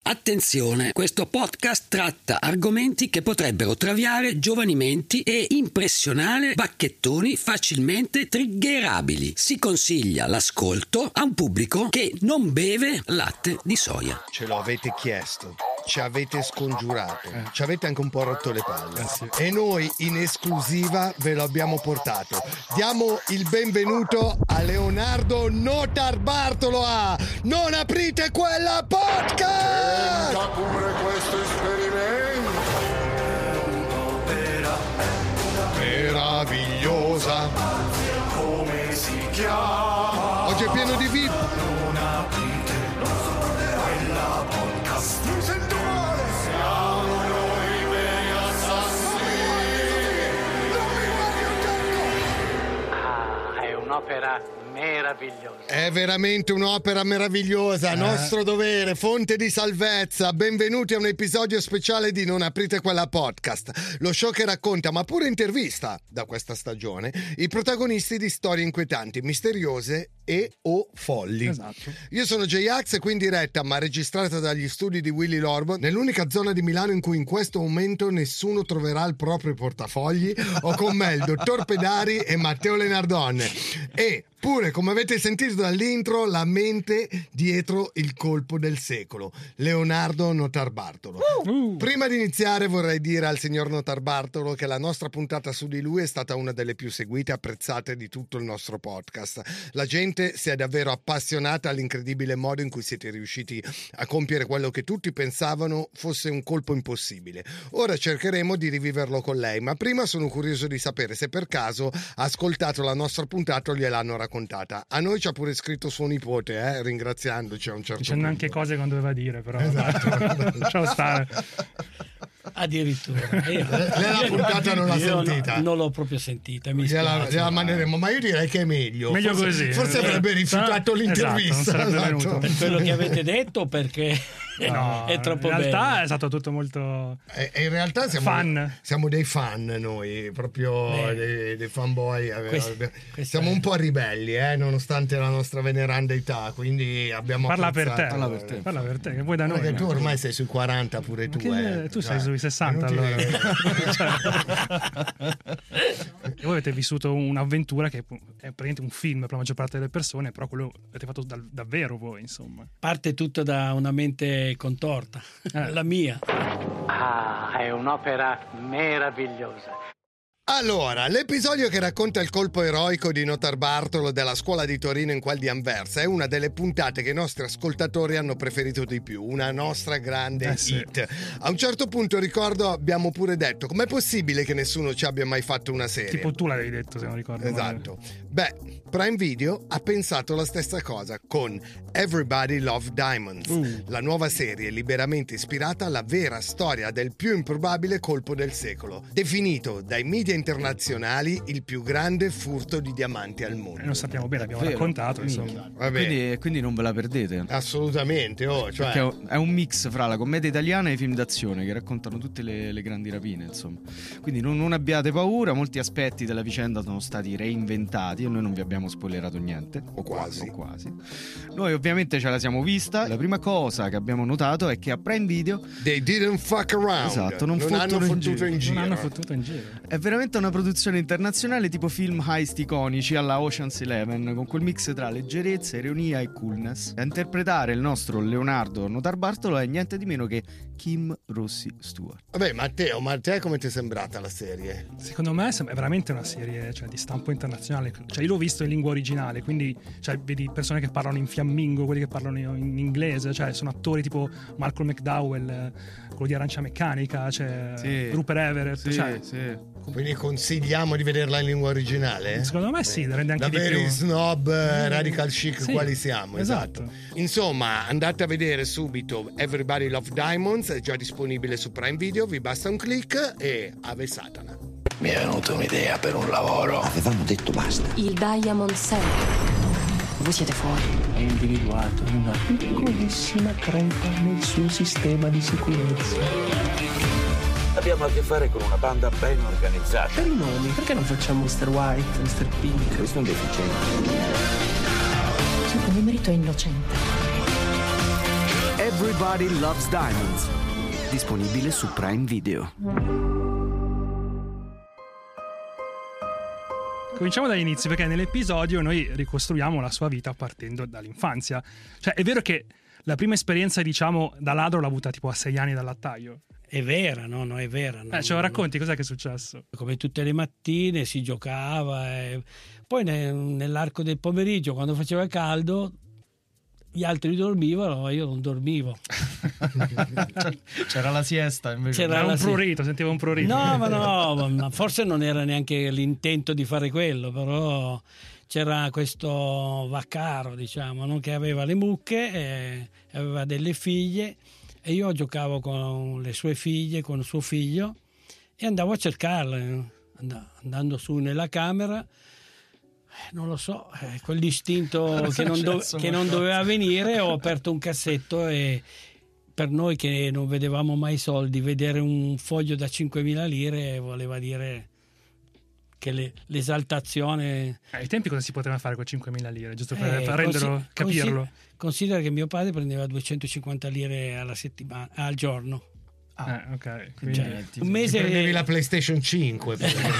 Attenzione, questo podcast tratta argomenti che potrebbero traviare giovani menti e impressionare bacchettoni facilmente triggerabili. Si consiglia l'ascolto a un pubblico che non beve latte di soia. Ce lo avete chiesto, ci avete scongiurato, ci avete anche un po' rotto le palle e noi in esclusiva ve lo abbiamo portato. Diamo il benvenuto a Leonardo Notarbartolo a Non aprite quella podcast! Tenta pure questo esperimento. Un'opera meravigliosa. Come si chiama? Oggi è pieno di VIP. Non aprite quella podcast. Mi sento male. Siamo noi veri assassini. Non mi guardi, È un'opera meravigliosa. È veramente un'opera meravigliosa, nostro dovere, fonte di salvezza. Benvenuti a un episodio speciale di Non aprite quella podcast, lo show che racconta, ma pure intervista da questa stagione, i protagonisti di storie inquietanti, misteriose e o folli. Esatto. Io sono J-Ax, qui in diretta, ma registrata dagli studi di Willy Lorbo, nell'unica zona di Milano in cui in questo momento nessuno troverà il proprio portafogli. Ho con me il dottor Pedari e Matteo Lenardone. E pure, come avete sentito dall'intro, la mente dietro il colpo del secolo, Leonardo Notarbartolo. Prima di iniziare vorrei dire al signor Notarbartolo che la nostra puntata su di lui è stata una delle più seguite e apprezzate di tutto il nostro podcast. La gente si è davvero appassionata all'incredibile modo in cui siete riusciti a compiere quello che tutti pensavano fosse un colpo impossibile. Ora cercheremo di riviverlo con lei, ma prima sono curioso di sapere se per caso ha ascoltato la nostra puntata o gliel'hanno raccontata. A noi ci ha pure scritto suo nipote, ringraziandoci a un certo dicendo punto. anche cose che non doveva dire, però Esatto. lasciamo stare. Addirittura Lei la puntata non l'ha sentita? Non l'ho proprio sentita, mi spiace. Gliela manderemo, ma io direi che è meglio Così. Forse avrebbe rifiutato l'intervista. Non sarebbe venuto. Per quello che avete detto, perché No, è troppo in bello. realtà è stato tutto molto E in realtà siamo dei fan noi, proprio dei fanboy. Questo Siamo è- un po' ribelli, nonostante la nostra veneranda età, quindi abbiamo parla per te. apprezzato. Parla per te, che vuoi da noi. Perché tu ormai sei sui 40 pure tu. Tu sei sui 60 Inutile. E voi avete vissuto un'avventura che è praticamente un film per la maggior parte delle persone, però quello l'avete fatto davvero voi, insomma. Parte tutto da una mente contorta, la mia. È un'opera meravigliosa. Allora, l'episodio che racconta il colpo eroico di Notarbartolo della scuola di Torino in Qual di Anversa è una delle puntate che i nostri ascoltatori hanno preferito di più, una nostra grande hit. A un certo punto, ricordo, abbiamo pure detto: com'è possibile che nessuno ci abbia mai fatto una serie? Tipo tu l'avevi detto, se non ricordo male. Esatto. Beh, Prime Video ha pensato la stessa cosa con Everybody Love Diamonds, la nuova serie liberamente ispirata alla vera storia del più improbabile colpo del secolo, definito dai media internazionali il più grande furto di diamanti al mondo. Lo sappiamo bene, abbiamo Vero. raccontato, insomma. Vabbè, Quindi non ve la perdete. assolutamente, cioè... Perché è un mix fra la commedia italiana e i film d'azione che raccontano tutte le grandi rapine, insomma. Quindi non abbiate paura, molti aspetti della vicenda sono stati reinventati e noi non vi abbiamo spoilerato niente. O quasi. Noi ovviamente ce la siamo vista. La prima cosa che abbiamo notato è che a Prime Video They didn't fuck around. Esatto, non hanno fottono in fottuto giro. in giro. Non hanno fottuto in giro. è veramente una produzione internazionale tipo film heist iconici alla Ocean's Eleven, con quel mix tra leggerezza, ironia e coolness. A interpretare il nostro Leonardo Notarbartolo è niente di meno che Kim Rossi Stewart. Vabbè, Matteo, ma a te come ti è sembrata la serie? Secondo me è veramente una serie, cioè, di stampo internazionale. Cioè, io l'ho visto in lingua originale, quindi, cioè, vedi persone che parlano in fiammingo, quelli che parlano in inglese, cioè sono attori tipo Malcolm McDowell, quello di Arancia Meccanica, cioè Sì. Rupert Everett, Sì, cioè, sì. Quindi consigliamo di vederla in lingua originale? secondo me sì, rende anche da di veri più. snob radical chic Sì, quali siamo, esatto. Insomma, andate a vedere subito Everybody Love Diamonds, è già disponibile su Prime Video, vi basta un click e Ave Satana. Mi è venuta un'idea per un lavoro. Avevamo detto basta. Il Diamond Center. Voi siete fuori. È individuato in una piccolissima crepa nel suo sistema di sicurezza. Abbiamo a che fare con una banda ben organizzata. Per i nomi, perché non facciamo Mr. White, Mr. Pink? Questo è un deficiente. Il mio marito è innocente. Everybody Loves Diamonds, disponibile su Prime Video. Cominciamo dagli inizi, perché nell'episodio noi ricostruiamo la sua vita partendo dall'infanzia. Cioè, è vero che la prima esperienza, diciamo, da ladro l'ha avuta tipo a 6 anni dal lattaio. È vera, no? No, è vera. No, ce lo racconti? Cos'è che è successo? Come tutte le mattine si giocava e poi nell'arco del pomeriggio, quando faceva caldo, gli altri dormivano, ma io non dormivo. C'era la siesta invece. C'era un prurito, sentivo un prurito. No, ma forse non era neanche l'intento di fare quello, però c'era questo vaccaro, diciamo, no? Che aveva le mucche e aveva delle figlie, e io giocavo con le sue figlie, con suo figlio, e andavo a cercarle, andando su nella camera. Non lo so, quell'istinto che non doveva venire, ho aperto un cassetto e per noi che non vedevamo mai soldi, vedere un foglio da 5.000 lire voleva dire che l'esaltazione... Ai tempi cosa si poteva fare con 5.000 lire, giusto per renderlo, capirlo? Considera che mio padre prendeva 250 lire alla settimana, al giorno. Ok. Quindi Cioè, un mese prendevi la PlayStation 5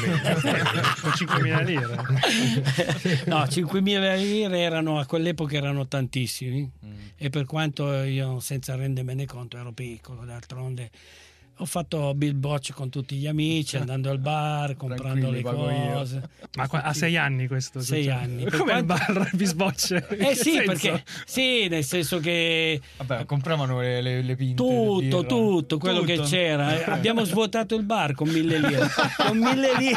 con 5.000 lire. No, 5.000 lire a quell'epoca erano tantissimi, e per quanto io senza rendermene conto ero piccolo, d'altronde ho fatto Bill Bocce con tutti gli amici, andando al bar, comprando le cose. Ma a 6 anni questo? 6 anni. Come il bar, Bill Bocce? Sì, perché sì, nel senso che vabbè, compravano le pinte, tutto quello che c'era. Abbiamo svuotato il bar con 1.000 lire. Con 1.000 lire.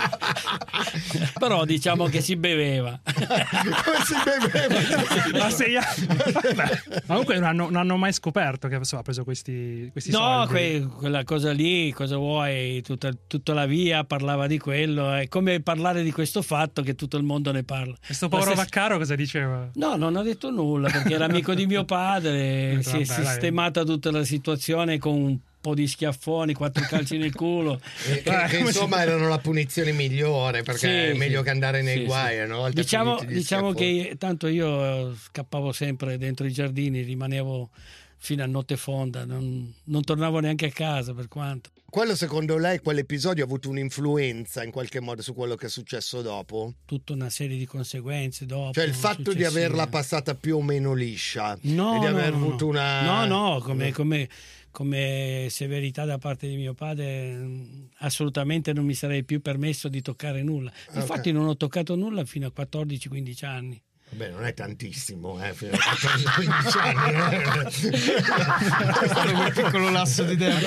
Però diciamo che si beveva. Come si beveva? A 6 anni. Comunque non hanno mai scoperto che ha preso questi soldi. No, quella cosa lì, cosa vuoi, tutta la via parlava di quello, è come parlare di questo fatto che tutto il mondo ne parla. Questo povero vaccaro cosa diceva? No, non ha detto nulla, perché era amico di mio padre, si è sistemata tutta la situazione con un po' di schiaffoni, 4 calci nel culo, che insomma erano la punizione migliore, perché è meglio che andare nei guai, no? Diciamo che tanto io scappavo sempre dentro i giardini, rimanevo fino a notte fonda, non tornavo neanche a casa, per quanto. Quello, secondo lei, quell'episodio ha avuto un'influenza in qualche modo su quello che è successo dopo? Tutta una serie di conseguenze dopo. Cioè il fatto di averla passata più o meno liscia, no, e di aver no, avuto una... No, come severità da parte di mio padre, assolutamente non mi sarei più permesso di toccare nulla. Infatti non ho toccato nulla fino a 14-15 anni. Vabbè, non è tantissimo, fino a 14-15 anni. È stato quel piccolo lasso di tempo.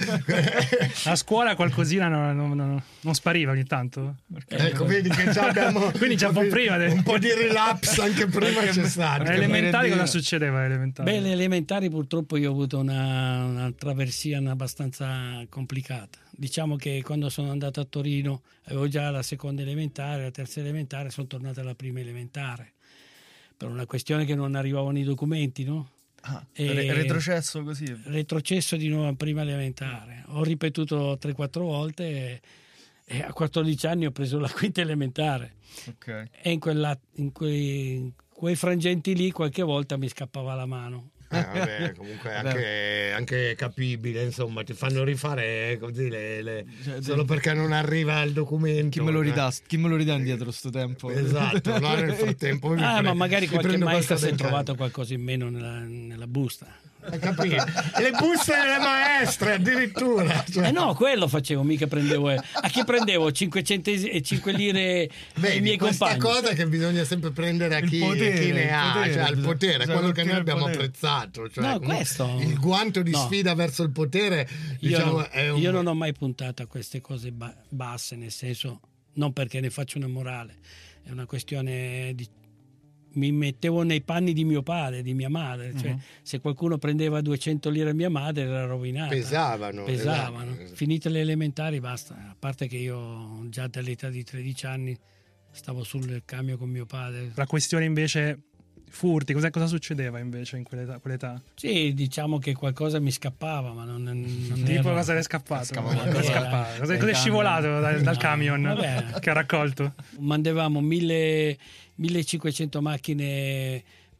A scuola qualcosina non spariva ogni tanto? Ecco, vedi che già abbiamo quindi già un po' prima un po' di relapse anche prima c'è stato. Alle elementari cosa succedeva? Beh, le elementari purtroppo io ho avuto una traversia abbastanza complicata. Diciamo che quando sono andato a Torino avevo già la seconda elementare, la terza elementare, sono tornato alla prima elementare per una questione che non arrivavano i documenti, no? Retrocesso così? Retrocesso di nuovo a prima elementare. Ho ripetuto 3-4 volte e a 14 anni ho preso la quinta elementare. Okay. E in quei frangenti lì qualche volta mi scappava la mano. Vabbè, comunque anche capibile, insomma, ti fanno rifare così solo perché non arriva il documento. Chi me lo ridà indietro sto tempo? Esatto, no, nel frattempo ma magari qualche maestra si è trovato qualcosa in meno nella busta. Hai capito? Le buste delle maestre addirittura, cioè. No, quello facevo, mica prendevo a chi prendevo 5 lire ai miei compagni. Questa cosa che bisogna sempre prendere a chi ne ha, cioè il potere, quello che noi abbiamo apprezzato, cioè, no, questo, il guanto di sfida verso il potere, diciamo, io non ho mai puntato a queste cose basse, nel senso, non perché ne faccio una morale, è una questione di... Mi mettevo nei panni di mio padre, di mia madre, cioè se qualcuno prendeva 200 lire a mia madre era rovinata. Pesavano. Esatto. Finite le elementari basta, a parte che io già dall'età di 13 anni stavo sul camion con mio padre. La questione invece furti, cosa succedeva invece in quell'età? Sì, diciamo che qualcosa mi scappava, ma non tipo cosa le è scappato? Cosa è scivolato dal camion che ha raccolto? Mandavamo 1500 macchine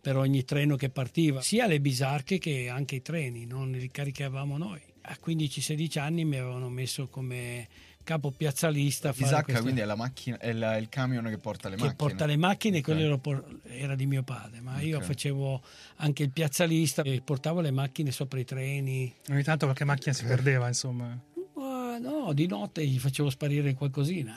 per ogni treno che partiva, sia le bisarche che anche i treni, non li caricavamo noi. A 15-16 anni mi avevano messo come capo piazzalista. Bisacca quindi è la macchina, è il camion che porta le macchine. Che porta le macchine, quello era di mio padre, ma io facevo anche il piazzalista e portavo le macchine sopra i treni. Ogni tanto qualche macchina si perdeva, insomma. No, di notte gli facevo sparire qualcosina.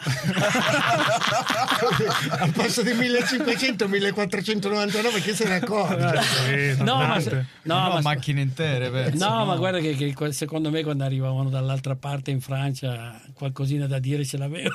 Al posto di 1500, 1499, chi se ne accorge? No, macchine intere, penso. No, ma guarda che secondo me quando arrivavano dall'altra parte in Francia qualcosina da dire ce l'avevo.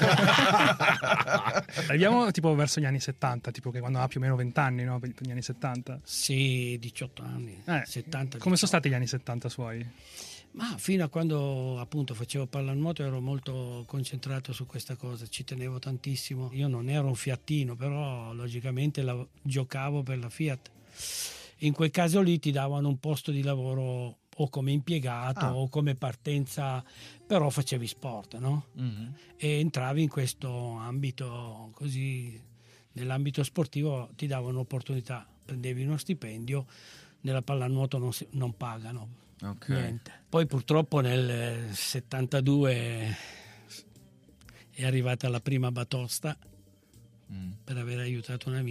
Arriviamo tipo verso gli anni 70, tipo che quando ha più o meno 20 anni, no? Per gli anni 70. Sì, 18 anni. 70, come sono stati gli anni 70 suoi? Ma fino a quando appunto facevo pallanuoto ero molto concentrato su questa cosa, ci tenevo tantissimo. Io non ero un fiattino, però logicamente giocavo per la Fiat. In quel caso lì ti davano un posto di lavoro o come impiegato o come partenza, però facevi sport, no? Mm-hmm. E entravi in questo ambito così, nell'ambito sportivo ti davano un'opportunità, prendevi uno stipendio, nella pallanuoto non pagano. Niente. Poi purtroppo nel 72 è arrivata la prima batosta per aver aiutato un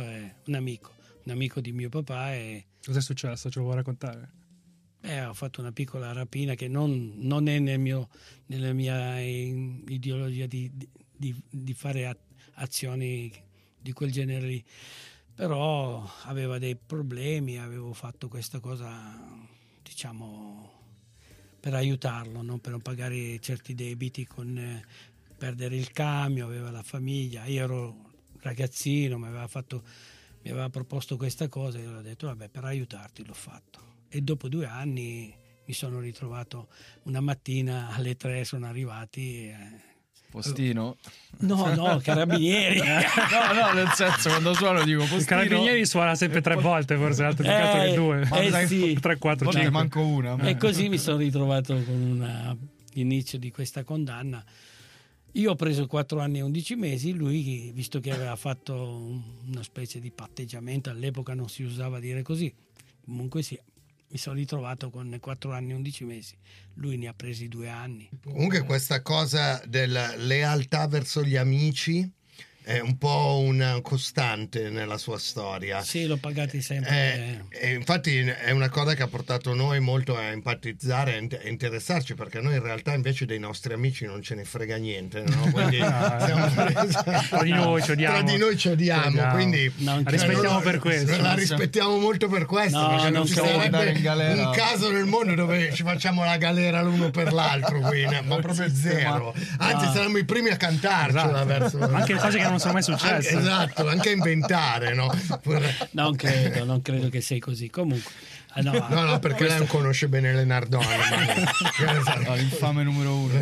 amico di mio papà. E cos'è successo? Ce lo vuoi raccontare? Ho fatto una piccola rapina che non è nella mia ideologia di fare azioni di quel genere lì, però aveva dei problemi, avevo fatto questa cosa, diciamo, per aiutarlo, no? Per non pagare certi debiti, con perdere il camion, aveva la famiglia, io ero ragazzino, mi aveva proposto questa cosa e io ho detto vabbè, per aiutarti l'ho fatto. E dopo 2 anni mi sono ritrovato una mattina alle 3, sono arrivati Postino? No, carabinieri. no, nel senso, quando suono dico postino. I carabinieri suona sempre 3 volte, forse, altro che 2. Sì. 3, 4, 5. Manco una. E così mi sono ritrovato con l'inizio di questa condanna. Io ho preso 4 anni e 11 mesi, lui, visto che aveva fatto una specie di patteggiamento, all'epoca non si usava dire così, comunque sì. Mi sono ritrovato con 4 anni e 11 mesi, lui ne ha presi 2 anni. Comunque questa cosa della lealtà verso gli amici è un po' una costante nella sua storia. Sì, l'ho pagati sempre. E infatti è una cosa che ha portato noi molto a empatizzare e interessarci, perché noi in realtà invece dei nostri amici non ce ne frega niente, no? Quindi tra di noi ci odiamo. Quindi rispettiamo per questo. La rispettiamo molto per questo, perché non ci sarebbe un caso nel mondo dove ci facciamo la galera l'uno per l'altro, quindi, ma proprio zero. Anzi, saremmo i primi a cantarcela verso anche cose che non sono mai successe. Esatto, anche a inventare, no? Non credo che sei così. Comunque, no, perché lei non conosce bene le Nardone. L'infame numero 1.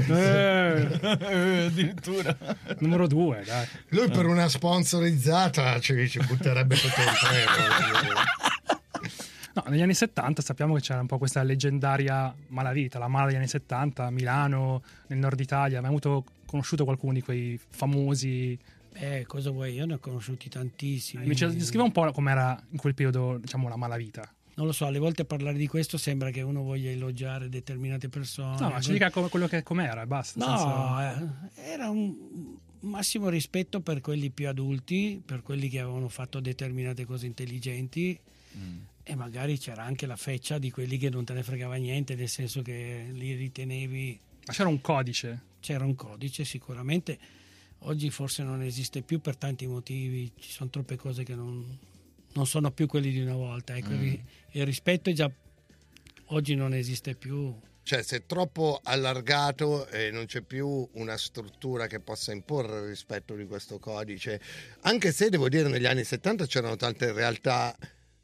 Addirittura. Numero 2, dai. Lui per una sponsorizzata ci butterebbe sotto il treno. No, negli anni 70 sappiamo che c'era un po' questa leggendaria malavita, la mala degli anni 70, Milano, nel nord Italia. Ma hai conosciuto qualcuno di quei famosi? Cosa vuoi? Io ne ho conosciuti tantissimi. Mi descriva un po' com'era in quel periodo, diciamo, la malavita. Non lo so, alle volte a parlare di questo sembra che uno voglia elogiare determinate persone. No, ma ci dica quello che com'era e basta. No, era un massimo rispetto per quelli più adulti, per quelli che avevano fatto determinate cose intelligenti. E magari c'era anche la feccia di quelli che non te ne fregava niente, nel senso che li ritenevi. Ma c'era un codice? C'era un codice, sicuramente. Oggi forse non esiste più per tanti motivi, ci sono troppe cose che non sono più quelli di una volta. Ecco, il rispetto già oggi non esiste più. Cioè, se è troppo allargato e non c'è più una struttura che possa imporre il rispetto di questo codice, anche se devo dire negli anni 70 c'erano tante realtà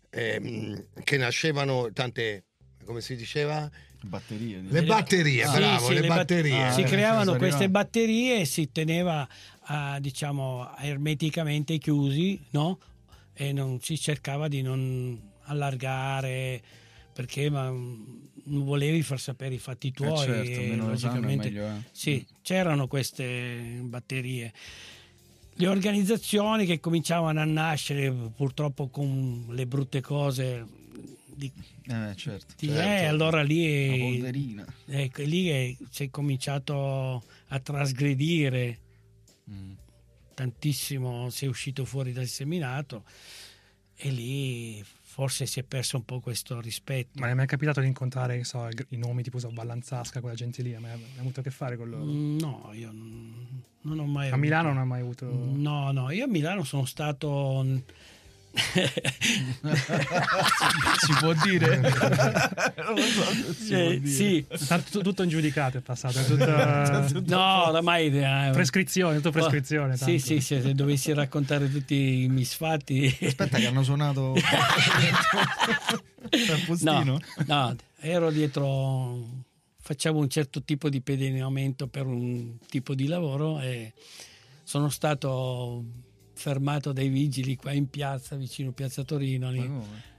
che nascevano, tante, come si diceva? Batterie. Le batterie, bravo, le batterie. Si creavano queste batterie e si teneva, diciamo, ermeticamente chiusi, no? E non si cercava di non allargare, perché non volevi far sapere i fatti tuoi. Certo, meno logicamente meglio è. Sì, c'erano queste batterie. le organizzazioni che cominciavano a nascere purtroppo con le brutte cose certo. allora lì la polverina. Ecco, lì si è cominciato a trasgredire tantissimo, si è uscito fuori dal seminato e lì forse si è perso un po' questo rispetto. Ma è mai capitato di incontrare i nomi tipo Ballanzasca, quella gente lì? Hai avuto a che fare con loro? No, io non ho mai a Milano non hai mai avuto? No, io a Milano sono stato si può dire? Non lo so se si può dire. Sì. Tutto ingiudicato è passato, no, oramai prescrizione, tutto prescrizione. Sì, se dovessi raccontare tutti i misfatti. Aspetta che hanno suonato al postino. No, ero dietro, facevo un certo tipo di pedinamento per un tipo di lavoro e sono stato fermato dai vigili qua in piazza, vicino Piazza Torino lì.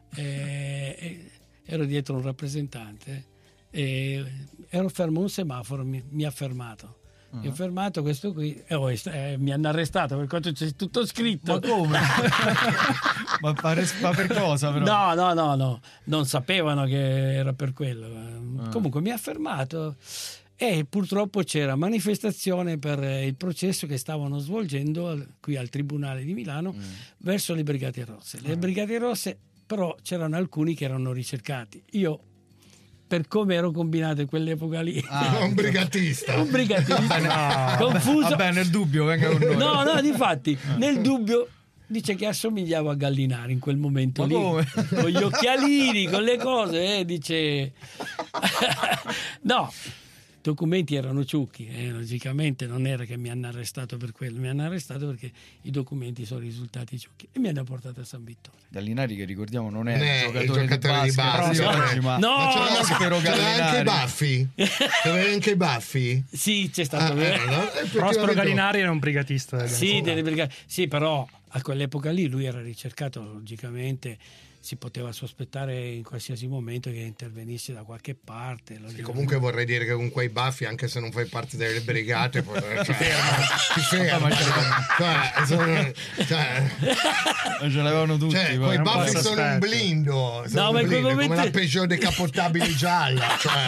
Ero dietro un rappresentante e ero fermo un semaforo, mi ha fermato. Mi ha fermato questo qui mi hanno arrestato per quanto c'è tutto scritto. Ma come? ma per cosa però? No, non sapevano che era per quello. Comunque mi ha fermato e purtroppo c'era manifestazione per il processo che stavano svolgendo qui al Tribunale di Milano verso le Brigate Rosse. Le Brigate Rosse però c'erano alcuni che erano ricercati. Io, per come ero combinato in quell'epoca lì, un brigatista confuso. Vabbè, nel dubbio venga con noi. No, difatti nel dubbio dice che assomigliavo a Gallinari in quel momento. Ma lì come? con gli occhialini, con le cose, dice no, i documenti erano ciucchi, logicamente non era che mi hanno arrestato per quello, mi hanno arrestato perché i documenti sono risultati ciucchi e mi hanno portato a San Vittore. Gallinari, che ricordiamo non è il giocatore di basket, ma c'era anche i baffi. C'era anche i baffi. Sì, c'è stato Prospero Gallinari era un brigatista delle brigate. Sì, però a quell'epoca lì lui era ricercato, logicamente si poteva sospettare in qualsiasi momento che intervenisse da qualche parte. Comunque vorrei dire che con quei baffi, anche se non fai parte delle brigate, ti ferma. Ce l'avevano tutti. Quei baffi sono un blindo, come la Peugeot decapottabile gialla.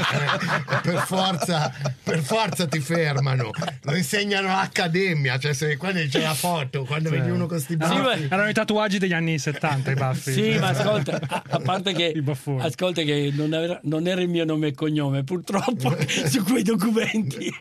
Per forza ti fermano. Lo insegnano all'accademia. Se quando c'è la foto, quando vedi uno con sti baffi. Erano i tatuaggi degli anni 70 i baffi. Sì, ma ascolta, a parte che non era il mio nome e cognome, purtroppo, su quei documenti.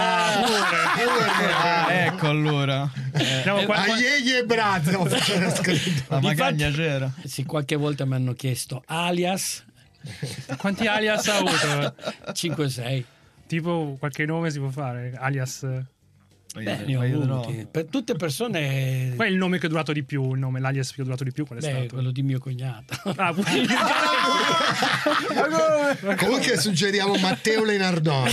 Ecco allora. Iegli e Brazzo. La magagna c'era. Sì, qualche volta mi hanno chiesto alias. Quanti alias ha avuto? 5-6. Tipo qualche nome si può fare? Alias... ne ho avuti. Per tutte persone. Qual è il nome che è durato di più? Il nome, l'alias che è durato di più? Qual è stato? Quello di mio cognato. Comunque suggeriamo Matteo Lenardone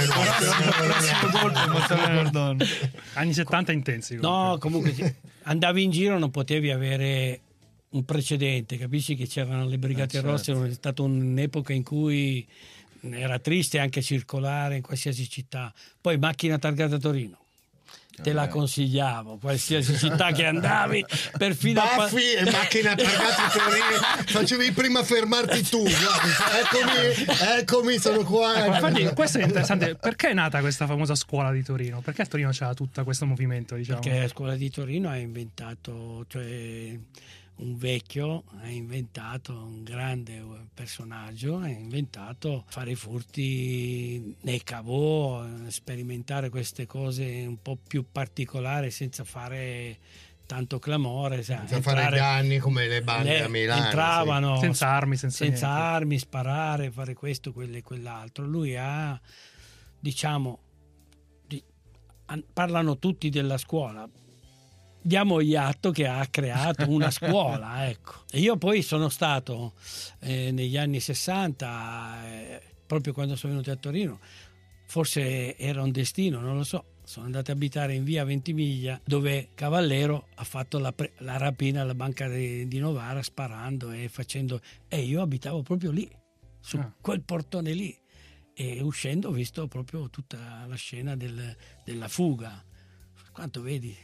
come anni 70 intensi. Comunque andavi in giro, non potevi avere un precedente, capisci che c'erano le Brigate Rosse, è stata un'epoca in cui era triste anche circolare in qualsiasi città. Poi macchina targata Torino, te la consigliavo, qualsiasi città che andavi, perfino baffi e macchina targata Torino, facevi prima fermarti tu, eccomi, sono qua. Infatti questo è interessante, perché è nata questa famosa scuola di Torino? Perché a Torino c'era tutto questo movimento, diciamo? Perché la scuola di Torino ha inventato, un vecchio ha inventato, un grande personaggio ha inventato fare i furti nei cavò, sperimentare queste cose un po' più particolari senza fare tanto clamore, senza fare danni come le bande a Milano, entravano senza armi, senza armi, sparare, fare questo, quello e quell'altro. Lui ha, parlano tutti della scuola, diamogli atto che ha creato una scuola, ecco. E io poi sono stato negli anni 60, proprio quando sono venuto a Torino, forse era un destino, non lo so, sono andato ad abitare in via Ventimiglia, dove Cavallero ha fatto la rapina alla banca di Novara sparando e facendo, e io abitavo proprio lì, su quel portone lì, e uscendo ho visto proprio tutta la scena della fuga. Quanto vedi?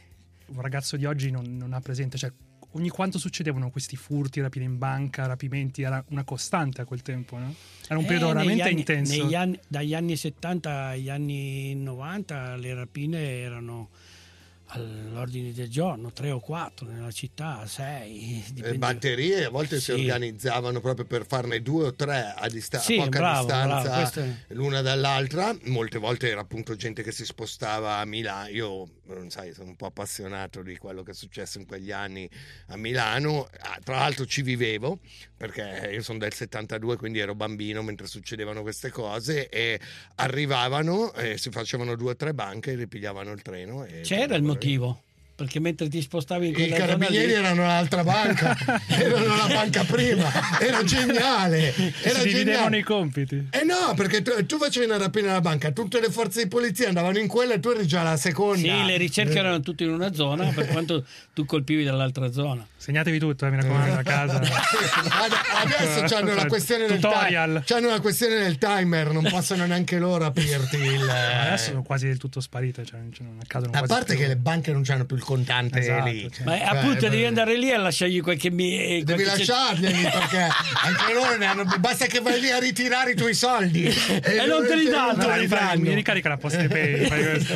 un ragazzo di oggi non ha presente, cioè ogni quanto succedevano questi furti, rapine in banca, rapimenti, era una costante a quel tempo, no? Era un periodo veramente intenso. Dagli anni 70 agli anni 90 le rapine erano all'ordine del giorno, 3 o 4 nella città, 6. Le batterie a volte si organizzavano proprio per farne 2 o 3 a poca distanza l'una dall'altra. Molte volte era appunto gente che si spostava a Milano. Io, sai, sono un po' appassionato di quello che è successo in quegli anni a Milano. Tra l'altro ci vivevo, perché io sono del 72, quindi ero bambino mentre succedevano queste cose, e arrivavano, si facevano 2 o 3 banche e ripigliavano il treno. C'era il motivo, perché mentre ti spostavi in quella i carabinieri erano l'altra banca, erano la banca prima, era geniale, si dividevano i compiti. No, perché tu facevi una rapina alla banca, tutte le forze di polizia andavano in quella e tu eri già la seconda. Sì, le ricerche erano tutte in una zona, per quanto tu colpivi dall'altra zona. Segnatevi tutto, mi raccomando, a casa. Adesso c'hanno la questione tutorial. C'hanno la questione del timer, non possono neanche loro aprirti adesso sono quasi del tutto sparite, cioè non accadono quasi. A parte che le banche non c'hanno più il contante lì. Cioè. Ma appunto devi andare lì a lasciargli qualche devi lasciarglieli, perché anche loro ne hanno. Basta che vai lì a ritirare i tuoi soldi e non te li danno. Mi ricarica la PostePay, fai questo.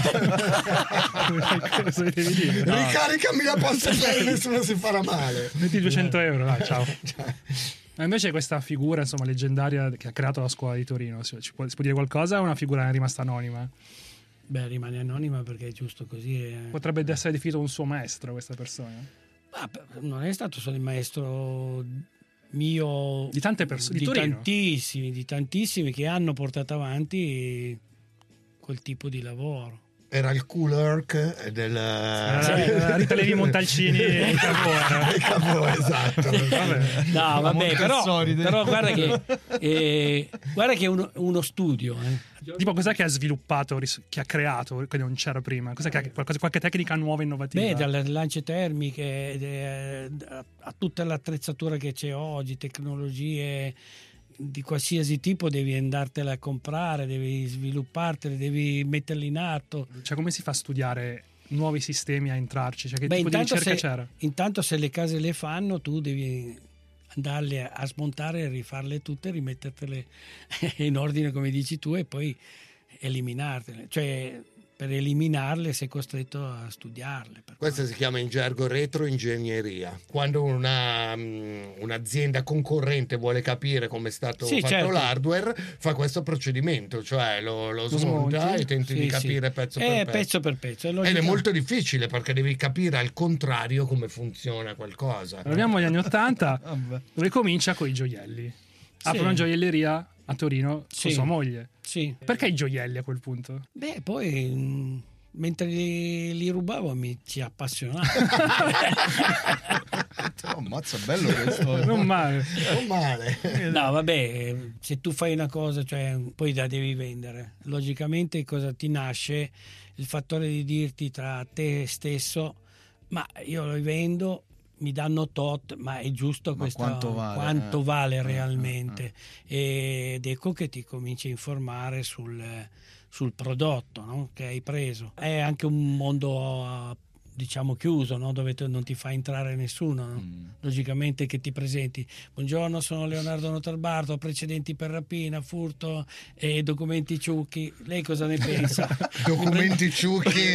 Cosa devi dire? No. Ricaricami la PostePay, nessuno si farà male. Metti 200 euro, dai, ciao. Ma invece questa figura, insomma, leggendaria che ha si può dire qualcosa, o è una figura rimasta anonima? Beh, rimane anonima perché è giusto così. Potrebbe essere definito un suo maestro, questa persona? Ma non è stato solo il maestro mio, di tante persone, di tantissimi che hanno portato avanti quel tipo di lavoro. Era il cool Herc del Rita Levi Montalcini e Cavour, esatto. No, vabbè, però guarda che è uno studio. Tipo, cos'è che ha sviluppato, che ha creato, che non c'era prima? Cos'è che qualche tecnica nuova, innovativa? Beh, dalle lance termiche a tutta l'attrezzatura che c'è oggi, tecnologie di qualsiasi tipo, devi andartela a comprare, devi sviluppartele, devi metterli in atto. Cioè, come si fa a studiare nuovi sistemi, a entrarci? Cioè, che tipo di ricerca c'era? Intanto, se le case le fanno, tu devi andarle a smontare, rifarle tutte, rimettertele in ordine come dici tu, e poi eliminarle. Cioè, per eliminarle sei costretto a studiarle. Questo si chiama in gergo retroingegneria. Quando un'azienda concorrente vuole capire come è stato fatto l'hardware, fa questo procedimento, cioè lo smonta e tenti di capire pezzo per pezzo. Ed è molto difficile, perché devi capire al contrario come funziona qualcosa. Torniamo agli anni 80, dove comincia con i gioielli. Apre una gioielleria a Torino con sua moglie. Sì. Perché i gioielli a quel punto? Beh, poi mentre li rubavo ci appassionavo. Ammazza, bello questo. Non male. No, vabbè, se tu fai una cosa, cioè, poi la devi vendere. Logicamente cosa ti nasce? Il fattore di dirti tra te stesso: ma io lo vendo, mi danno tot, ma è giusto questo, quanto vale realmente? Ed ecco che ti cominci a informare sul prodotto, no? Che hai preso. È anche un mondo diciamo chiuso, no? Dove non ti fa entrare nessuno, no? Logicamente che ti presenti: buongiorno, sono Leonardo Notarbarto, ho precedenti per rapina, furto e documenti ciucchi. Lei cosa ne pensa? Documenti ciucchi,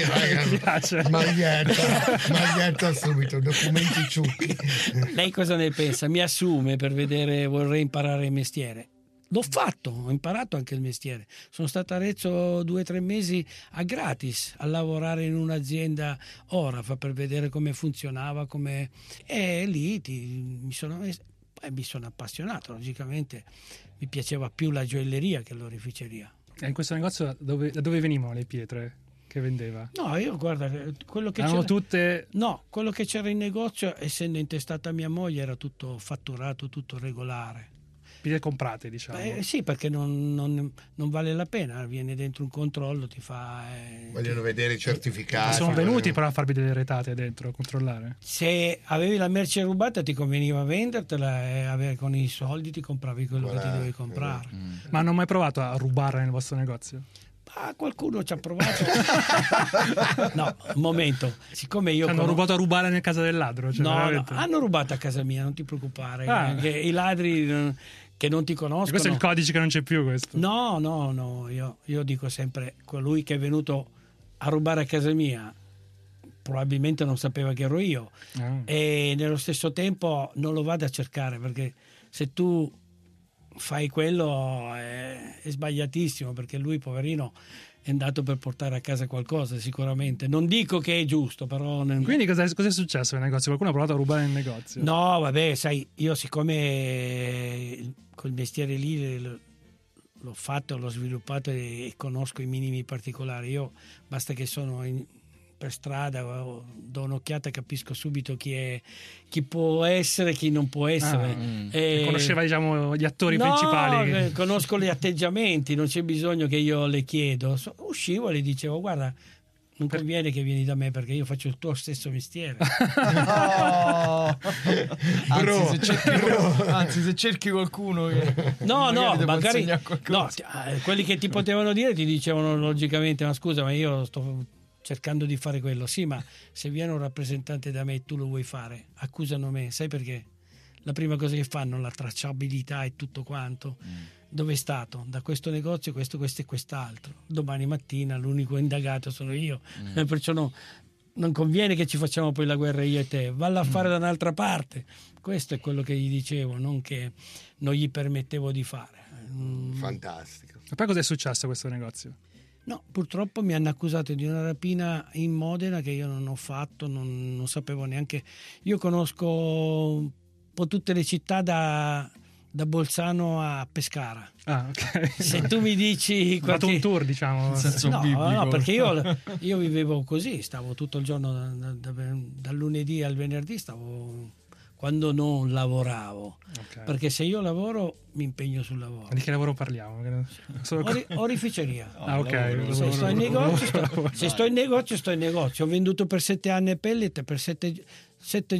maglietta subito, documenti ciucchi. Lei cosa ne pensa? Mi assume per vedere, vorrei imparare il mestiere. L'ho fatto, ho imparato anche il mestiere. Sono stato a Arezzo 2 o 3 mesi a gratis a lavorare in un'azienda Orafa per vedere come funzionava, e lì mi sono appassionato. Logicamente mi piaceva più la gioielleria che l'oreficeria. E in questo negozio da dove venivano le pietre che vendeva? No, io guarda, quello che erano c'era, tutte... No, quello che c'era in negozio, essendo intestata a mia moglie, era tutto fatturato, tutto regolare. Comprate, diciamo. Sì, perché non vale la pena, viene dentro un controllo, ti fa... Vogliono vedere i certificati. Sono venuti però a farvi delle retate dentro, a controllare. Se avevi la merce rubata ti conveniva vendertela, e con i soldi ti compravi quello che ti dovevi comprare. Ma hanno mai provato a rubare nel vostro negozio? qualcuno ci ha provato. No, un momento, siccome io hanno rubato a rubare nel casa del ladro, cioè no, hanno rubato a casa mia, non ti preoccupare, che i ladri che non ti conoscono. Questo è il codice che non c'è più, questo. No, io dico sempre, colui che è venuto a rubare a casa mia probabilmente non sapeva che ero io, e nello stesso tempo non lo vado a cercare, perché se tu fai quello è sbagliatissimo, perché lui poverino è andato per portare a casa qualcosa, sicuramente. Non dico che è giusto, però... Quindi cosa è successo nel negozio? Qualcuno ha provato a rubare nel negozio? No, vabbè, sai, io siccome col mestiere lì l'ho fatto, l'ho sviluppato e conosco i minimi particolari, io basta che sono per strada, do un'occhiata, capisco subito chi può essere, chi non può essere. Conosceva, diciamo, gli attori principali. Conosco gli atteggiamenti, non c'è bisogno che io le chiedo. Uscivo e le dicevo: guarda, non conviene che vieni da me, perché io faccio il tuo stesso mestiere. Anzi, se cerchi qualcuno che magari quelli che ti potevano dire ti dicevano logicamente: ma scusa, ma io sto cercando di fare quello. Sì, ma se viene un rappresentante da me e tu lo vuoi fare, accusano me. Sai perché? La prima cosa che fanno, la tracciabilità e tutto quanto. Dove è stato? Da questo negozio, questo e quest'altro. Domani mattina l'unico indagato sono io. Perciò non conviene che ci facciamo poi la guerra io e te. Valla a fare da un'altra parte. Questo è quello che gli dicevo, non che non gli permettevo di fare. Fantastico. E poi cosa è successo a questo negozio? No, purtroppo mi hanno accusato di una rapina in Modena che io non ho fatto, non sapevo neanche. Io conosco un po' tutte le città da Bolzano a Pescara. Ah, ok. Se tu mi dici fatto un tour, diciamo, in senso biblico. No, perché io vivevo così, stavo tutto il giorno dal lunedì al venerdì, quando non lavoravo, perché se io lavoro mi impegno sul lavoro. Di che lavoro parliamo? Orificeria. Ok. Se sto in negozio, sto in negozio. Ho venduto per 7 anni pellet, per 6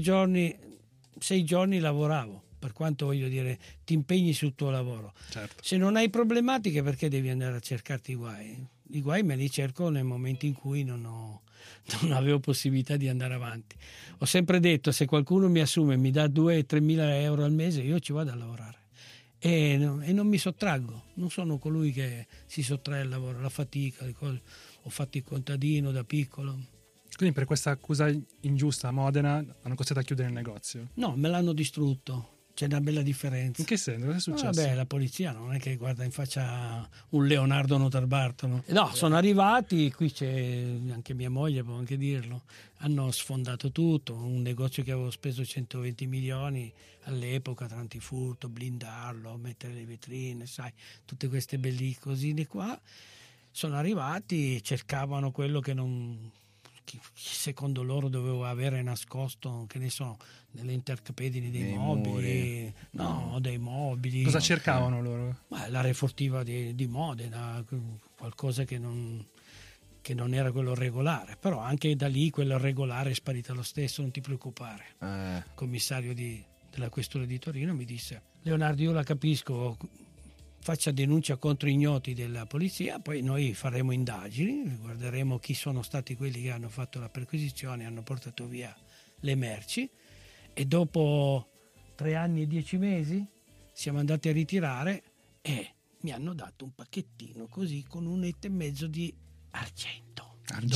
giorni lavoravo. Per quanto, voglio dire, ti impegni sul tuo lavoro. Certo. Se non hai problematiche, perché devi andare a cercarti i guai? I guai me li cerco nel momento in cui non avevo possibilità di andare avanti. Ho sempre detto: se qualcuno mi assume e mi dà 2-3 mila euro al mese, io ci vado a lavorare e non mi sottraggo. Non sono colui che si sottrae al lavoro, la fatica, le cose. Ho fatto il contadino da piccolo. Quindi per questa accusa ingiusta a Modena hanno costretto a chiudere il negozio? No, me l'hanno distrutto. C'è una bella differenza. In che senso? Cosa è successo? Vabbè, la polizia non è che guarda in faccia un Leonardo Notarbartolo. No, sono arrivati, qui c'è anche mia moglie, può anche dirlo. Hanno sfondato tutto, un negozio che avevo speso 120 milioni all'epoca, tra antifurto, blindarlo, mettere le vetrine, sai, tutte queste belle cosine qua. Sono arrivati, cercavano quello che non... secondo loro dovevo avere nascosto, che ne so, nelle intercapedini dei mobili, dei mobili. Cosa cercavano loro? La refurtiva di Modena, qualcosa che non era quello regolare, però anche da lì quello regolare è sparito lo stesso, non ti preoccupare. Il commissario della questura di Torino mi disse: Leonardo, io la capisco, faccia denuncia contro ignoti della polizia, poi noi faremo indagini, guarderemo chi sono stati quelli che hanno fatto la perquisizione, hanno portato via le merci, e dopo 3 anni e 10 mesi siamo andati a ritirare e mi hanno dato un pacchettino così con 1,5 etto di argento.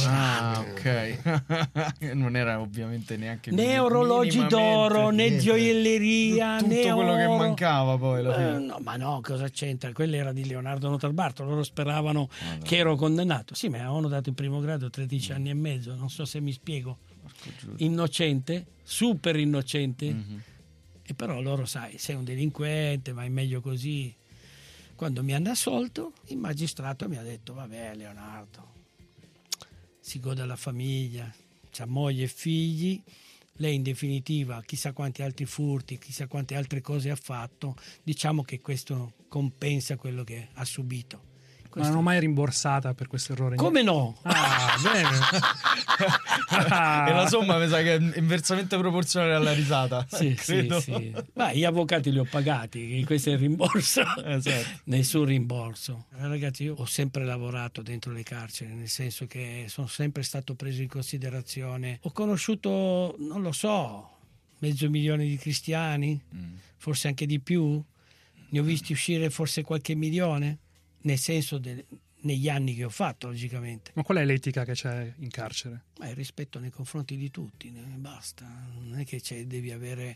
Ok. Non era ovviamente neanche né orologi d'oro, né gioielleria, tutto né quello oro. che mancava poi alla fine. No, ma no, cosa c'entra? Quella era di Leonardo Notarbartolo, loro speravano che ero condannato. Sì, mi avevano dato in primo grado 13 anni e mezzo, non so se mi spiego. Innocente, super innocente. E però loro, sai, sei un delinquente, ma è meglio così. Quando mi hanno assolto, il magistrato mi ha detto: vabbè, Leonardo, si gode la famiglia, c'ha moglie e figli, lei in definitiva chissà quanti altri furti, chissà quante altre cose ha fatto, diciamo che questo compensa quello che ha subito. Ma non l'hanno mai rimborsata per questo errore? Come no? Ah, bene. E la somma mi sa che è inversamente proporzionale alla risata. Sì, credo. sì. Ma gli avvocati li ho pagati, questo è il rimborso. Esatto. Nessun rimborso. Ragazzi, io ho sempre lavorato dentro le carceri, nel senso che sono sempre stato preso in considerazione. Ho conosciuto, non lo so, 500.000 di cristiani, forse anche di più. Ne ho visti uscire forse qualche milione, nel senso negli anni che ho fatto, logicamente. Ma qual è l'etica che c'è in carcere? Ma il rispetto nei confronti di tutti, basta. Non è che devi avere...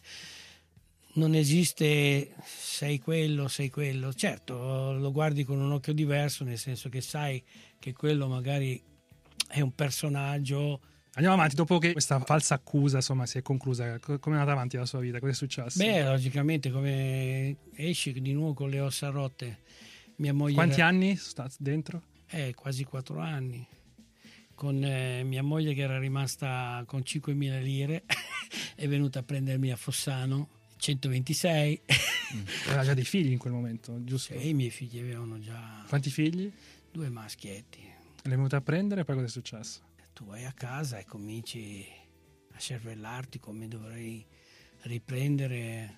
Non esiste sei quello. Certo, lo guardi con un occhio diverso, nel senso che sai che quello magari è un personaggio. Andiamo avanti, dopo che questa falsa accusa insomma si è conclusa, come è andata avanti la sua vita? Cosa è successo? Beh, logicamente come esci di nuovo con le ossa rotte. Mia moglie Quanti anni sta dentro? Quasi 4 anni. Con mia moglie che era rimasta con 5.000 lire è venuta a prendermi a Fossano, 126. Aveva già dei figli in quel momento, giusto? Sì, i miei figli avevano già... Quanti figli? 2 maschietti. L'hai venuta a prendere e poi cosa è successo? Tu vai a casa e cominci a cervellarti come dovrei riprendere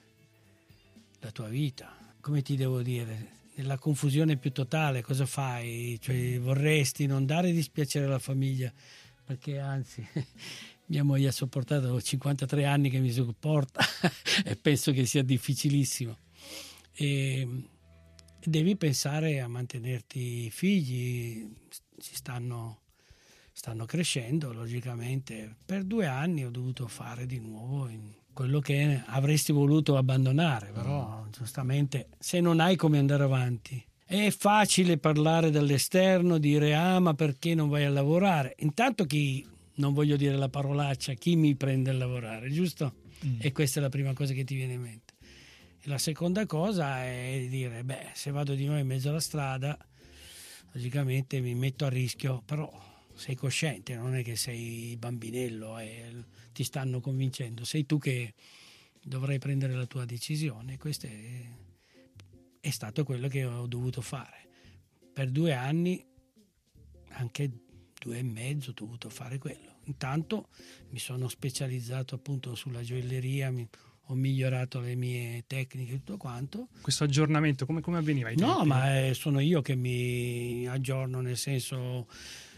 la tua vita. Come ti devo dire? Nella confusione più totale, cosa fai? Cioè, vorresti non dare dispiacere alla famiglia, perché anzi mia moglie ha sopportato 53 anni che mi sopporta e penso che sia difficilissimo. E devi pensare a mantenerti figli, stanno crescendo logicamente. Per 2 anni ho dovuto fare di nuovo quello che avresti voluto abbandonare, però giustamente se non hai come andare avanti è facile parlare dall'esterno, dire ma perché non vai a lavorare, intanto non voglio dire la parolaccia, chi mi prende a lavorare, giusto? E questa è la prima cosa che ti viene in mente. E la seconda cosa è dire se vado di nuovo in mezzo alla strada logicamente mi metto a rischio, però sei cosciente, non è che sei bambinello e ti stanno convincendo, sei tu che dovrai prendere la tua decisione. Questo è stato quello che ho dovuto fare. Per 2 anni, anche 2 e mezzo, ho dovuto fare quello. Intanto mi sono specializzato appunto sulla gioielleria, ho migliorato le mie tecniche e tutto quanto. Questo aggiornamento come avveniva? No, ma sono io che mi aggiorno, nel senso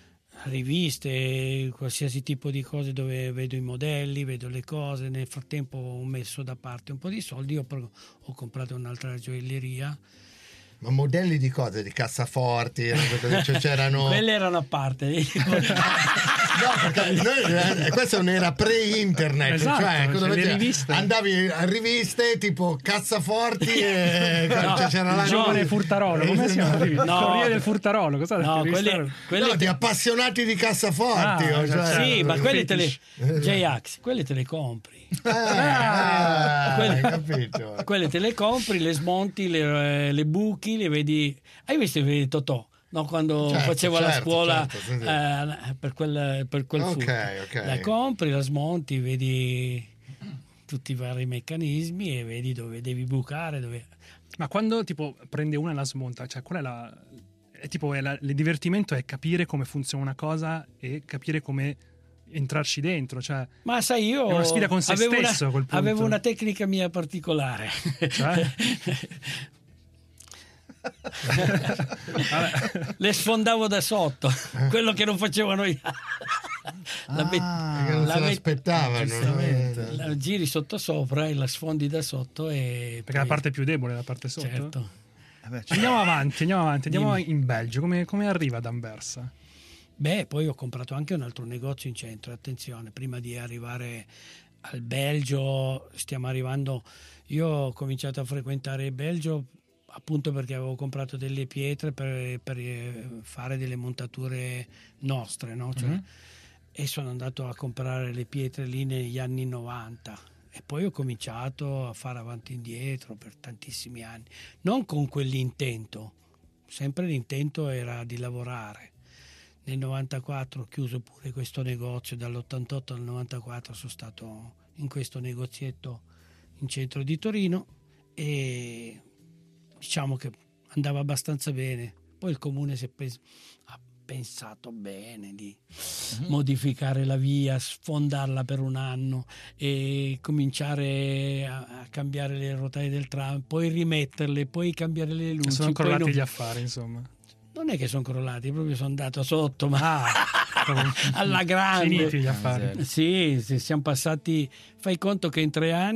riviste, qualsiasi tipo di cose dove vedo i modelli, vedo le cose. Nel frattempo ho messo da parte un po' di soldi, ho comprato un'altra gioielleria. Ma modelli di cose? Di cassaforti? Cioè, c'erano... Quelle erano a parte. No, perché questa è un'era pre-internet, esatto, cioè le riviste. Andavi a riviste tipo cassaforti e c'era il giovane Furtarolo, come si chiama? Il Corriere del Furtarolo, cosa? No, di appassionati di cassaforti. Sì, ma quelle J-Ax, quelle te le compri. Capito. Quelle te le compri, le smonti, le buchi, le vedi. Hai visto Totò? No, quando facevo la scuola per quel okay. La compri, la smonti, vedi tutti i vari meccanismi e vedi dove devi bucare, Ma quando tipo prende una e la smonta, cioè qual è il divertimento è capire come funziona una cosa e capire come entrarci dentro, cioè ma sai, io è una sfida con se stesso a quel punto. Avevo una tecnica mia particolare, cioè? Le sfondavo da sotto, quello che non facevano gli perché non se l'aspettavano, la giri sotto sopra e la sfondi da sotto perché poi... la parte più debole è la parte sotto. Certo. Andiamo avanti, andiamo in Belgio. Come arriva ad Anversa? Poi ho comprato anche un altro negozio in centro. Attenzione, prima di arrivare al Belgio stiamo arrivando. Io ho cominciato a frequentare il Belgio appunto perché avevo comprato delle pietre per fare delle montature nostre, no? Cioè, e sono andato a comprare le pietre lì negli anni 90 e poi ho cominciato a fare avanti e indietro per tantissimi anni, non con quell'intento, sempre l'intento era di lavorare. Nel 94 ho chiuso pure questo negozio, dall'88 al 94 sono stato in questo negozietto in centro di Torino e diciamo che andava abbastanza bene. Poi il comune si è pensato bene di modificare la via, sfondarla per un anno e cominciare a cambiare le rotaie del tram, poi rimetterle, poi cambiare le luci. Sono poi crollati non... gli affari, insomma. Non è che sono crollati, proprio sono andato sotto, ma alla grande. Finiti gli affari. Sì, siamo passati. Fai conto che in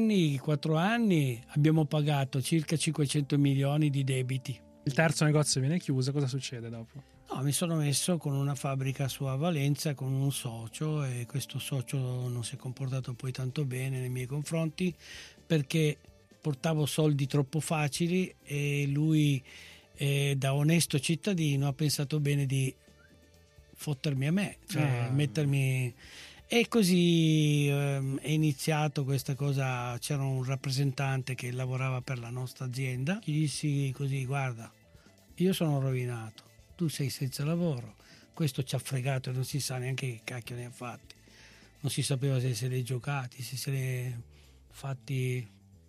4 anni abbiamo pagato circa 500 milioni di debiti. Il terzo negozio viene chiuso, cosa succede dopo? No, mi sono messo con una fabbrica su a Valenza con un socio, e questo socio non si è comportato poi tanto bene nei miei confronti perché portavo soldi troppo facili e lui, da onesto cittadino, ha pensato bene di fottermi a me, cioè mettermi. E così è iniziato questa cosa. C'era un rappresentante che lavorava per la nostra azienda, gli dissi così: guarda, io sono rovinato, tu sei senza lavoro, questo ci ha fregato e non si sa neanche che cacchio ne ha fatti, non si sapeva se se li è giocati, se se li è fatti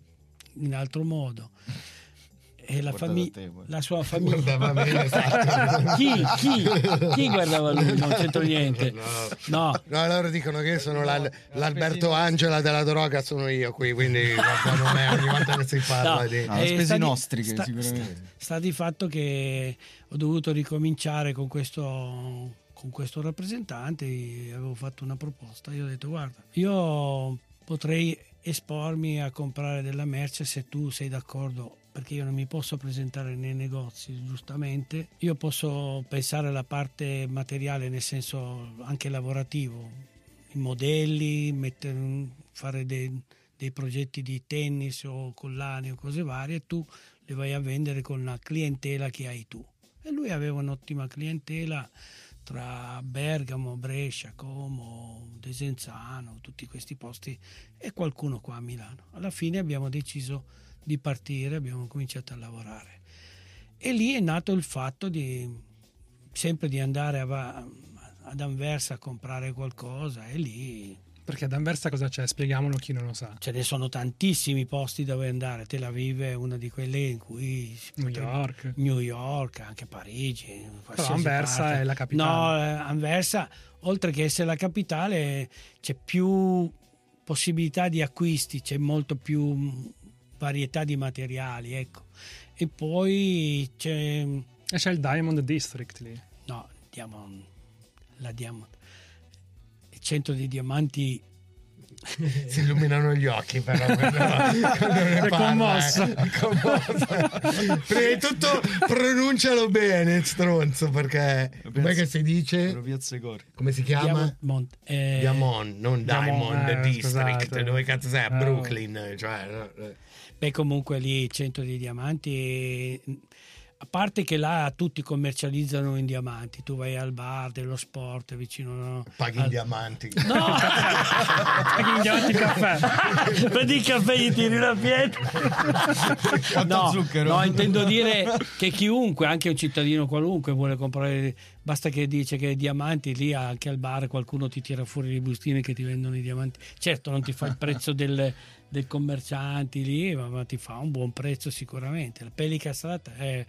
in altro modo. E la sua famiglia guardava me, esatto. chi guardava lui? Non c'entro niente. No, loro dicono che io sono l'Alberto Angela della droga, sono io qui, quindi guardano me ogni volta che si parla di spesi nostri, che sicuramente sta di fatto che ho dovuto ricominciare con questo rappresentante. Avevo fatto una proposta, io ho detto: guarda, io potrei espormi a comprare della merce se tu sei d'accordo, perché io non mi posso presentare nei negozi, giustamente. Io posso pensare alla parte materiale, nel senso anche lavorativo, i modelli, fare dei progetti di tennis o collane o cose varie, tu le vai a vendere con la clientela che hai tu. E lui aveva un'ottima clientela tra Bergamo, Brescia, Como, Desenzano, tutti questi posti, e qualcuno qua a Milano. Alla fine abbiamo deciso di partire, abbiamo cominciato a lavorare, e lì è nato il fatto di sempre di andare ad Anversa a comprare qualcosa. E lì, perché ad Anversa cosa c'è? Spieghiamolo, chi non lo sa. Ce ne sono tantissimi posti dove andare. Tel Aviv è una di quelle in cui New York, anche Parigi. Però Anversa è la capitale. No, Anversa, oltre che essere la capitale, c'è più possibilità di acquisti, c'è molto più varietà di materiali, ecco. E poi c'è il Diamond District lì. No, la Diamond, il centro di diamanti. Si illuminano gli occhi, però è commosso. Prima di tutto pronuncialo bene, stronzo, perché come che si dice? Come si chiama? Diamond, non Diamond District. Scusate. Dove cazzo sei? A Brooklyn, cioè. Beh, comunque lì il centro di diamanti, a parte che là tutti commercializzano in diamanti, tu vai al bar dello sport vicino, paghi in diamanti. No, paghi in diamanti caffè. Prendi il caffè, gli tiri la pietra. No, intendo dire che chiunque, anche un cittadino qualunque, vuole comprare, basta che dice che diamanti, lì anche al bar qualcuno ti tira fuori le bustine che ti vendono i diamanti. Certo, non ti fa il prezzo del commercianti lì, ma ti fa un buon prezzo sicuramente. La Pelica Strat è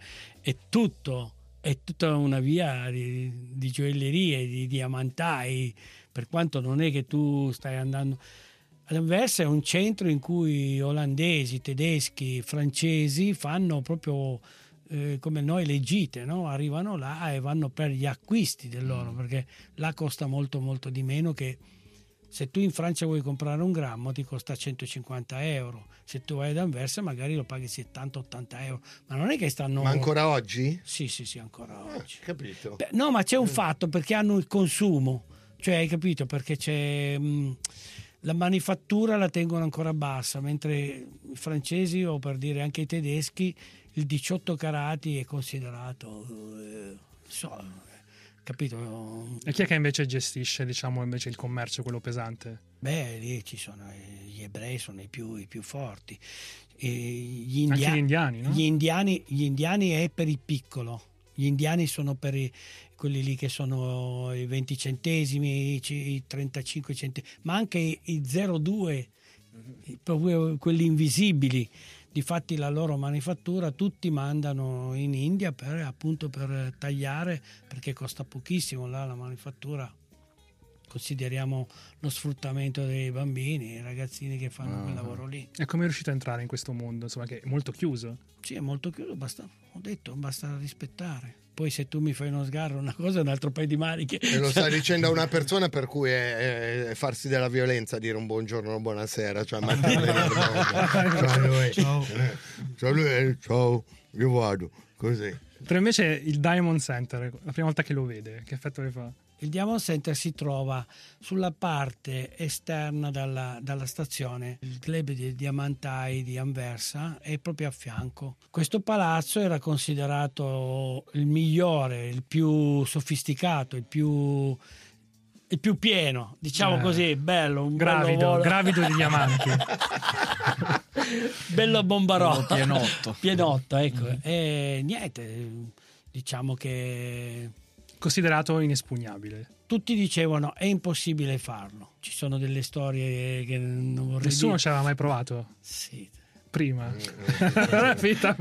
tutta una via di gioiellerie, di diamantai, per quanto non è che tu stai andando. Ad Anversa è un centro in cui olandesi, tedeschi, francesi fanno proprio come noi le gite, no? Arrivano là e vanno per gli acquisti dell'oro, perché là costa molto molto di meno. Che se tu in Francia vuoi comprare un grammo ti costa 150 euro, se tu vai ad Anversa magari lo paghi 70-80 euro, ma non è che stanno. Ma ancora oggi? Sì, ancora oggi. Capito. Beh, no, ma c'è un fatto, perché hanno il consumo, cioè, hai capito, perché c'è la manifattura la tengono ancora bassa, mentre i francesi, o per dire anche i tedeschi, il 18 carati è considerato capito? E chi è che invece gestisce, diciamo, invece il commercio, quello pesante? Beh, lì ci sono gli ebrei, sono i più forti. Anche gli indiani, no? Gli indiani è per il piccolo. Gli indiani sono per quelli lì che sono i 20 centesimi, i 35 centesimi, ma anche i 0,2, proprio quelli invisibili. Difatti la loro manifattura tutti mandano in India appunto per tagliare, perché costa pochissimo là la manifattura. Consideriamo lo sfruttamento dei bambini, i ragazzini che fanno quel lavoro lì. E come è riuscito a entrare in questo mondo, insomma, che è molto chiuso? Sì, è molto chiuso, basta rispettare. Poi se tu mi fai uno sgarro, una cosa è un altro paio di maniche. E lo sta dicendo a una persona per cui è farsi della violenza dire un buongiorno, una buonasera, cioè ciao, io vado, così. Però invece il Diamond Center, la prima volta che lo vede, che effetto le fa? Il Diamond Center si trova sulla parte esterna dalla stazione. Il club dei diamantai di Anversa è proprio a fianco. Questo palazzo era considerato il migliore, il più sofisticato, il più pieno, diciamo così, bello, un gravido di diamanti. Bello bombarotto, pienotto, ecco. E niente, diciamo che considerato inespugnabile. Tutti dicevano è impossibile farlo. Ci sono delle storie che non vorrei Nessuno dire. ci aveva mai provato? Sì. Prima. Attenzione.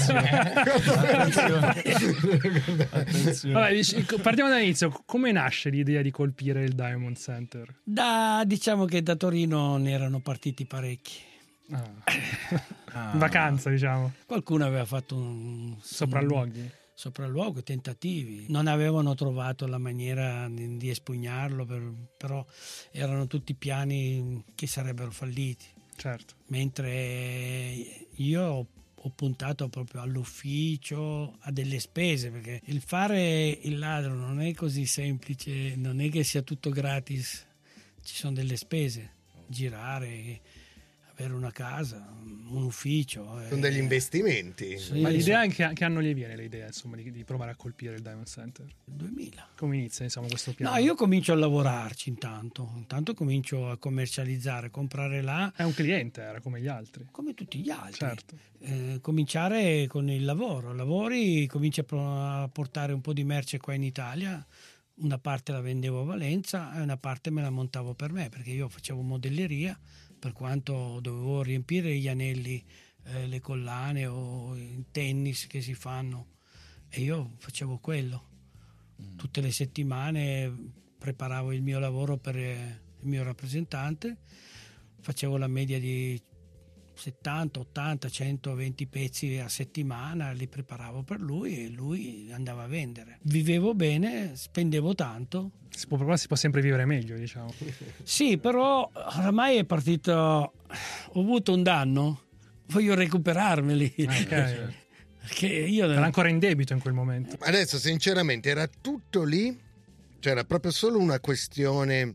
Vabbè, partiamo dall'inizio. Come nasce l'idea di colpire il Diamond Center? Diciamo che da Torino ne erano partiti parecchi. In vacanza, diciamo. Qualcuno aveva fatto un sopralluoghi, tentativi. Non avevano trovato la maniera di espugnarlo, però erano tutti piani che sarebbero falliti. Certo. Mentre io ho puntato proprio all'ufficio, a delle spese, perché il fare il ladro non è così semplice, non è che sia tutto gratis, ci sono delle spese, girare, avere una casa, un ufficio. Sono degli investimenti. Sì, ma l'idea che anno gli viene l'idea, insomma, di provare a colpire il Diamond Center? 2000. Come inizia, insomma, questo piano? No, io comincio a lavorarci intanto comincio a commercializzare, comprare là. È un cliente, era come gli altri. Come tutti gli altri. Certo. Cominciare con il lavoro. Lavori, cominci a portare un po' di merce qua in Italia. Una parte la vendevo a Valenza e una parte me la montavo per me, perché io facevo modelleria, per quanto dovevo riempire gli anelli, le collane o i tennis che si fanno, e io facevo quello. Tutte le settimane preparavo il mio lavoro per il mio rappresentante, facevo la media di 70, 80, 120 pezzi a settimana, li preparavo per lui e lui andava a vendere. Vivevo bene, spendevo tanto. Si può sempre vivere meglio, diciamo. Sì, però oramai è partito, ho avuto un danno, voglio recuperarmeli. Okay. Perché io era ancora in debito in quel momento. Adesso sinceramente era tutto lì, c'era proprio solo una questione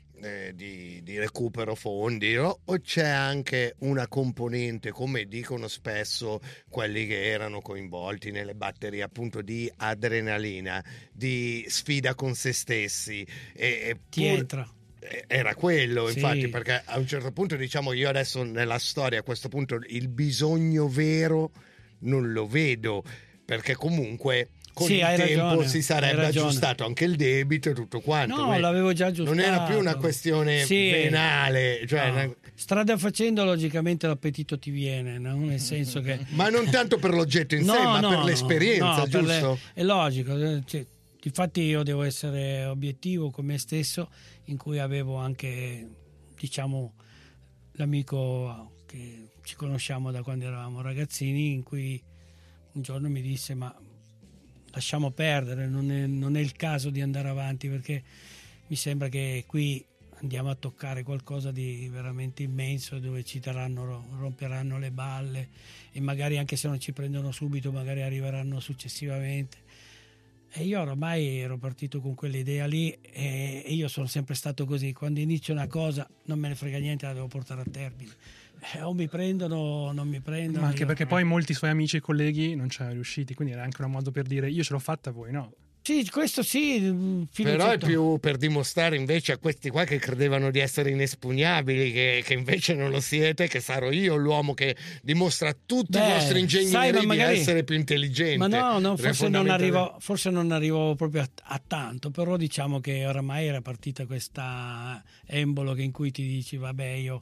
di recupero fondi, no? O c'è anche una componente, come dicono spesso quelli che erano coinvolti nelle batterie, appunto di adrenalina, di sfida con se stessi, ti entra. Era quello, Sì. infatti, perché a un certo punto, diciamo, io adesso nella storia a questo punto il bisogno vero non lo vedo, perché comunque con il tempo si sarebbe aggiustato anche il debito e tutto quanto. No, l'avevo già aggiustato. Non era più una questione venale, cioè no. Strada facendo, logicamente l'appetito ti viene, no? Nel senso che ma non tanto per l'oggetto in sé, ma per l'esperienza, giusto? È logico, cioè, infatti io devo essere obiettivo con me stesso, in cui avevo anche, diciamo, l'amico che ci conosciamo da quando eravamo ragazzini, in cui un giorno mi disse: ma lasciamo perdere, non è il caso di andare avanti, perché mi sembra che qui andiamo a toccare qualcosa di veramente immenso, dove ci romperanno le balle, e magari anche se non ci prendono subito, magari arriveranno successivamente. E io ormai ero partito con quell'idea lì, e io sono sempre stato così: quando inizio una cosa non me ne frega niente, la devo portare a termine. O mi prendono o non mi prendono. Ma anche perché poi molti suoi amici e colleghi non ci erano riusciti, quindi era anche un modo per dire: io ce l'ho fatta, voi no. Sì, questo sì. Però è più per dimostrare invece a questi qua che credevano di essere inespugnabili, che invece non lo siete, che sarò io l'uomo che dimostra a tutti i vostri ingegneri di essere più intelligente. Ma no, forse non arrivo proprio a tanto, però diciamo che oramai era partita questa embolo in cui ti dici: vabbè, io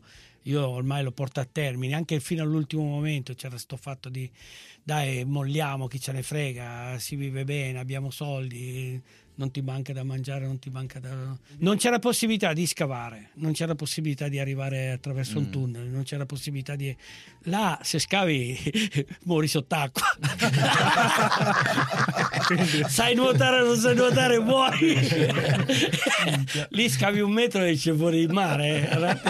io ormai lo porto a termine, anche fino all'ultimo momento c'era sto fatto di dai, molliamo, chi ce ne frega, si vive bene, abbiamo soldi, non ti manca da mangiare, non c'era possibilità di scavare, non c'era possibilità di arrivare attraverso un tunnel, non c'era possibilità di... Là, se scavi, muori sott'acqua. Sai nuotare o non sai nuotare, muori. Lì scavi 1 metro e c'è fuori il mare.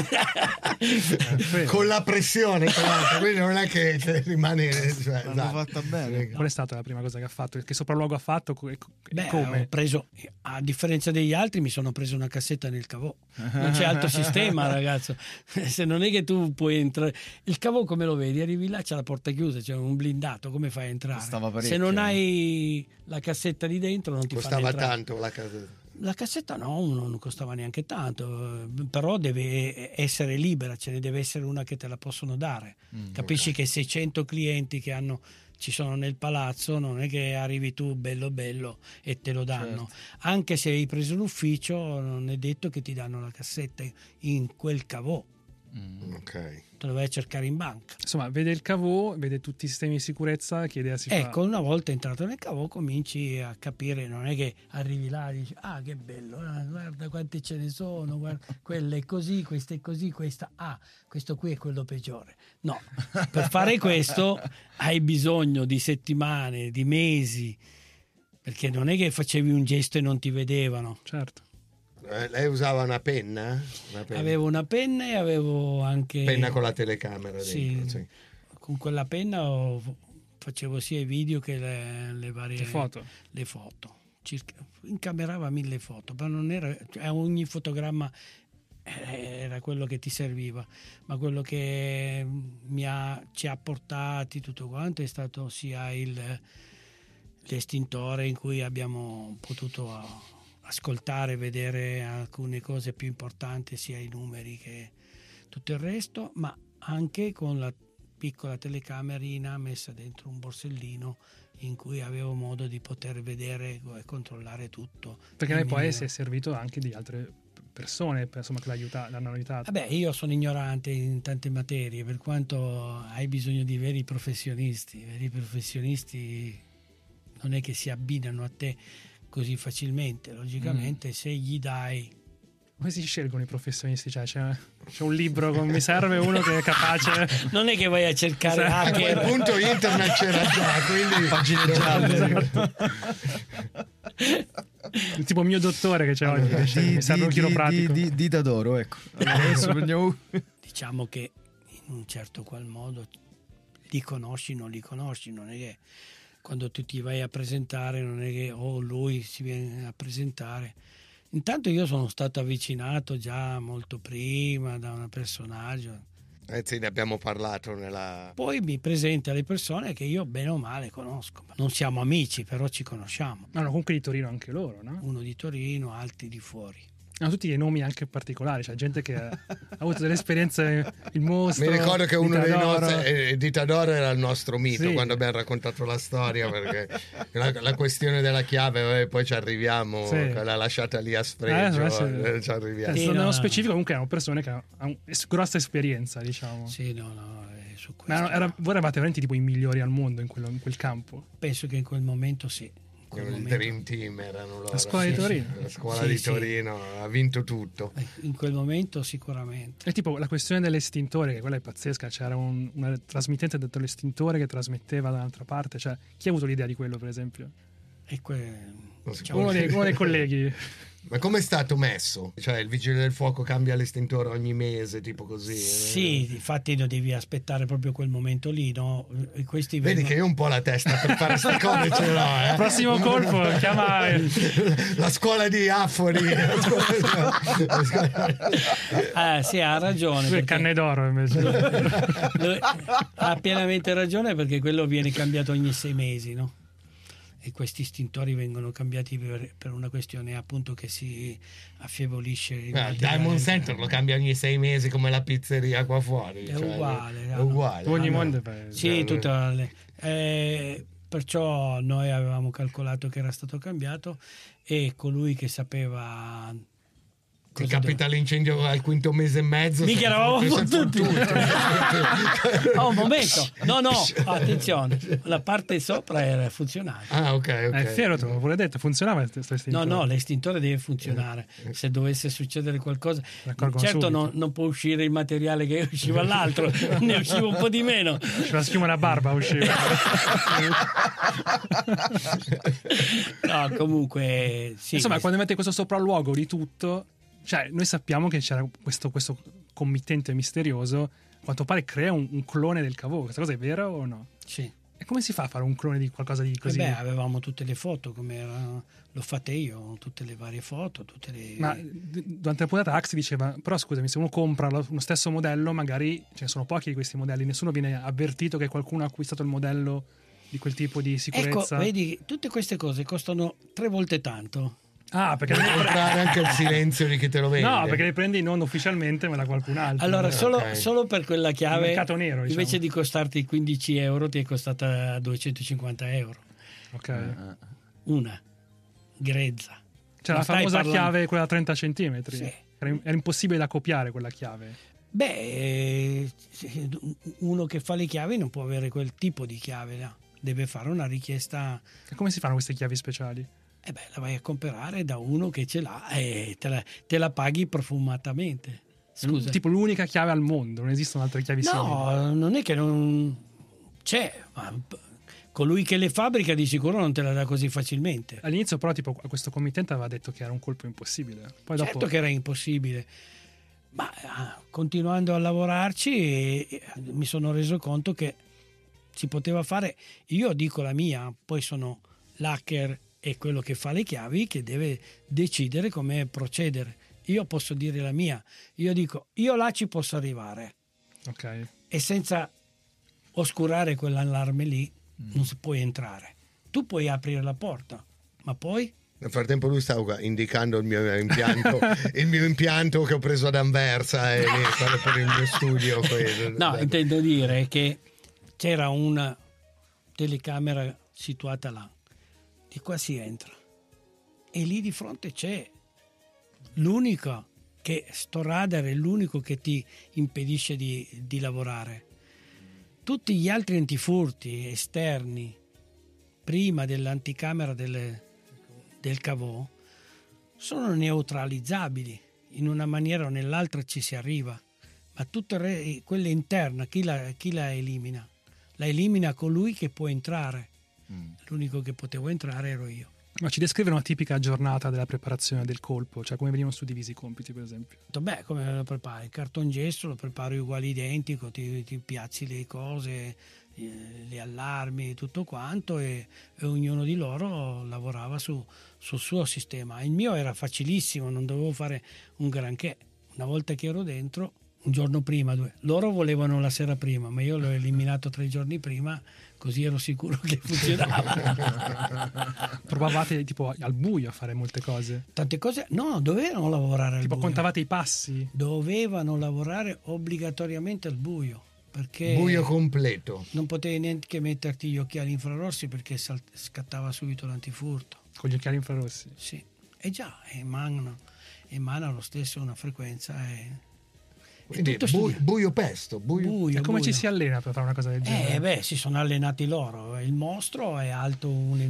Con la pressione, tra l'altro, quindi non è che rimane... Cioè, l'hanno fatta bene. Qual è stata la prima cosa che ha fatto? Che sopralluogo ha fatto? Beh, Come? ho preso, a differenza degli altri, mi sono preso una cassetta nel cavò. Non c'è altro sistema, ragazzo. Se non è che tu puoi entrare, il cavò come lo vedi? Arrivi là, c'è la porta chiusa, c'è un blindato, come fai a entrare? Se non hai la cassetta lì dentro, non ti fanno entrare. Costava tanto la cassetta? La cassetta no, non costava neanche tanto, però deve essere libera, ce ne deve essere una che te la possono dare. Capisci che 600 clienti che ci sono nel palazzo, non è che arrivi tu bello e te lo danno. Certo. Anche se hai preso l'ufficio, non è detto che ti danno la cassetta in quel cavò. Ok. Te lo vai a cercare in banca. Insomma, vede il cavò, vede tutti i sistemi di sicurezza, che idea si fa? Ecco, una volta entrato nel cavò cominci a capire, non è che arrivi là e dici che bello, guarda quante ce ne sono, guarda, quella è così, questa è così, questa questo qui è quello peggiore. No, per fare questo hai bisogno di settimane, di mesi, perché non è che facevi un gesto e non ti vedevano. Certo. Lei usava una penna? Avevo una penna e avevo anche... Penna con la telecamera dentro, sì. Con quella penna facevo sia i video che le varie... Le foto. Incamerava 1000 foto, però non era... Cioè, ogni fotogramma era quello che ti serviva, ma quello che ci ha portati tutto quanto è stato sia l'estintore in cui abbiamo potuto ascoltare, vedere alcune cose più importanti, sia i numeri che tutto il resto, ma anche con la piccola telecamerina messa dentro un borsellino in cui avevo modo di poter vedere e controllare tutto. Perché lei poi si è servito anche di altre persone, insomma, che l'hanno aiutato. Vabbè, io sono ignorante in tante materie, per quanto hai bisogno di veri professionisti non è che si abbinano a te così facilmente, logicamente. Se gli dai... Come si scelgono i professionisti? Cioè, c'è un libro con mi serve uno che è capace. Non è che vai a cercare a quel punto internet c'era già, quindi pagine gialle. Tipo mio dottore che c'è oggi, mi serve un chiropratico. Dita d'oro, ecco. Adesso prendiamo... Diciamo che in un certo qual modo li conosci, non li conosci, non è che quando tu ti vai a presentare non è che lui si viene a presentare. Intanto io sono stato avvicinato già molto prima da un personaggio. Sì, ne abbiamo parlato Poi mi presenta le persone che io bene o male conosco. Non siamo amici, però ci conosciamo. No, comunque di Torino anche loro, no? Uno di Torino, altri di fuori. Hanno tutti dei nomi anche particolari, cioè gente che ha avuto delle esperienze, il mostro. Mi ricordo che uno dei nostri, Dita d'oro, era il nostro mito, sì, quando abbiamo raccontato la storia, perché la questione della chiave, poi ci arriviamo, sì, l'ha lasciata lì a sfregio, ci arriviamo. Sì, nello specifico comunque erano persone che hanno grossa esperienza, diciamo. Sì, su questo. Ma voi eravate veramente tipo i migliori al mondo in quel campo? Penso che in quel momento sì. Il Dream Team erano loro. La scuola di Torino. La scuola di Torino ha vinto tutto. In quel momento sicuramente. E tipo la questione dell'estintore, che quella è pazzesca, c'era una trasmittente dentro l'estintore che trasmetteva dall'altra parte, cioè chi ha avuto l'idea di quello per esempio? Uno dei colleghi. Ma come è stato messo? Cioè il vigile del fuoco cambia l'estintore ogni mese, tipo così? Sì, infatti non devi aspettare proprio quel momento lì, no? Vedi che io un po' la testa per fare queste cose ce l'ho, Prossimo colpo, chiama la scuola di Afori. Sì, ha ragione. Il canne d'oro invece. Ha pienamente ragione, perché quello viene cambiato ogni 6 mesi, no? E questi estintori vengono cambiati per una questione appunto che si affievolisce. Il Diamond Center lo cambia ogni 6 mesi come la pizzeria qua fuori. È uguale. È uguale. Ogni mondo. Sì, perciò noi avevamo calcolato che era stato cambiato, e colui che sapeva Ti capita l'incendio al quinto mese e mezzo. Mica eravamo fottuti. Un momento. No, attenzione. La parte sopra era funzionale. Ah, ok. Fiero, te l'avevo detto, funzionava questo estintore. No, l'estintore deve funzionare. Se dovesse succedere qualcosa, certo non può uscire il materiale che usciva all'altro, ne usciva un po' di meno. La schiuma da barba usciva. No, comunque sì. Insomma, quando mette questo sopralluogo di tutto, cioè noi sappiamo che c'era questo committente misterioso, a quanto pare crea un clone del Cavò. Questa cosa è vera o no? Sì. E come si fa a fare un clone di qualcosa di così? Avevamo tutte le foto, l'ho fatte io, tutte le varie foto, Ma durante la puntata Ax diceva, però scusami, se uno compra lo stesso modello, magari ce ne sono pochi di questi modelli, nessuno viene avvertito che qualcuno ha acquistato il modello di quel tipo di sicurezza. Ecco, vedi, tutte queste cose costano 3 volte tanto. Ah, perché devi comprare anche il silenzio di chi te lo vende. No, perché le prendi non ufficialmente, ma da qualcun altro. Allora, solo per quella chiave, mercato nero, diciamo. Invece di costarti 15 euro, ti è costata 250 euro. Ok. Una grezza. Cioè la famosa chiave, quella da 30 centimetri. Sì. Era impossibile da copiare quella chiave. Uno che fa le chiavi non può avere quel tipo di chiave, no? Deve fare una richiesta. E come si fanno queste chiavi speciali? La vai a comprare da uno che ce l'ha e te la paghi profumatamente. Scusa. Tipo l'unica chiave al mondo, non esistono altre chiavi simili. No, non è che non c'è, ma colui che le fabbrica di sicuro non te la dà così facilmente. All'inizio però tipo questo committente aveva detto che era un colpo impossibile. Poi certo dopo... che era impossibile, ma continuando a lavorarci mi sono reso conto che si poteva fare. Io dico la mia, poi sono l'hacker e quello che fa le chiavi che deve decidere come procedere. Io posso dire la mia, io dico io là ci posso arrivare, ok, e senza oscurare quell'allarme lì non si può entrare. Tu puoi aprire la porta, ma poi nel frattempo lui stava indicando il mio impianto il mio impianto che ho preso ad Anversa e per il mio studio. No, intendo dire che c'era una telecamera situata là, di qua si entra e lì di fronte c'è l'unico che sto radar è l'unico che ti impedisce di lavorare. Tutti gli altri antifurti esterni prima dell'anticamera del Cavò sono neutralizzabili, in una maniera o nell'altra ci si arriva, ma tutte quelle interne chi la elimina? La elimina colui che può entrare. L'unico che potevo entrare ero io. Ma ci descrive una tipica giornata della preparazione del colpo, cioè come venivano suddivisi i compiti, per esempio? Beh, come lo prepari? Il cartongesso lo preparo uguale identico, ti piazzi le cose, gli allarmi, tutto quanto, e ognuno di loro lavorava sul suo sistema. Il mio era facilissimo, non dovevo fare un granché. Una volta che ero dentro, un giorno prima, loro volevano la sera prima, ma io l'ho eliminato 3 giorni prima, così ero sicuro che funzionava. Provavate tipo al buio a fare molte cose? Tante cose, no, dovevano lavorare al buio. Tipo contavate i passi? Dovevano lavorare obbligatoriamente al buio, perché buio completo. Non potevi neanche metterti gli occhiali infrarossi perché scattava subito l'antifurto. Con gli occhiali infrarossi? Sì, e già emana lo stesso una frequenza quindi buio pesto, buio. E come ci si allena per fare una cosa del genere? Si sono allenati loro. Il mostro è alto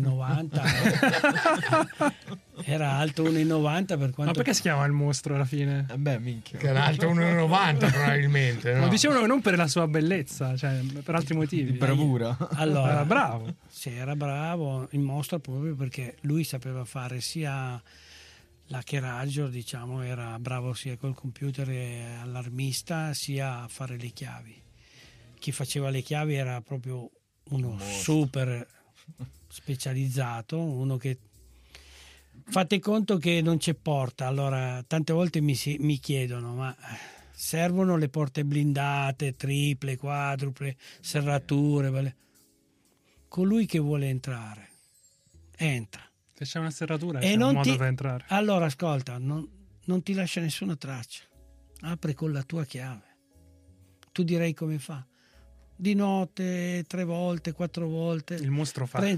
1,90 era alto 1,90 per quanto. Ma perché si chiama il mostro alla fine? Minchia. Che era alto 1,90 probabilmente, no? Ma dicevano non per la sua bellezza, cioè per altri motivi. Di bravura. Allora, era bravo. Sì, era bravo il mostro proprio perché lui sapeva fare sia l'hackeraggio, diciamo, era bravo sia col computer e allarmista, sia a fare le chiavi. Chi faceva le chiavi era proprio uno super specializzato, uno che fate conto che non c'è porta. Allora tante volte mi chiedono, ma servono le porte blindate, triple, quadruple, serrature? Colui che vuole entrare entra. Se c'è una serratura e c'è un modo per entrare. Allora ascolta, non ti lascia nessuna traccia, apri con la tua chiave. Tu direi come fa? Di notte 3 volte, 4 volte il mostro fa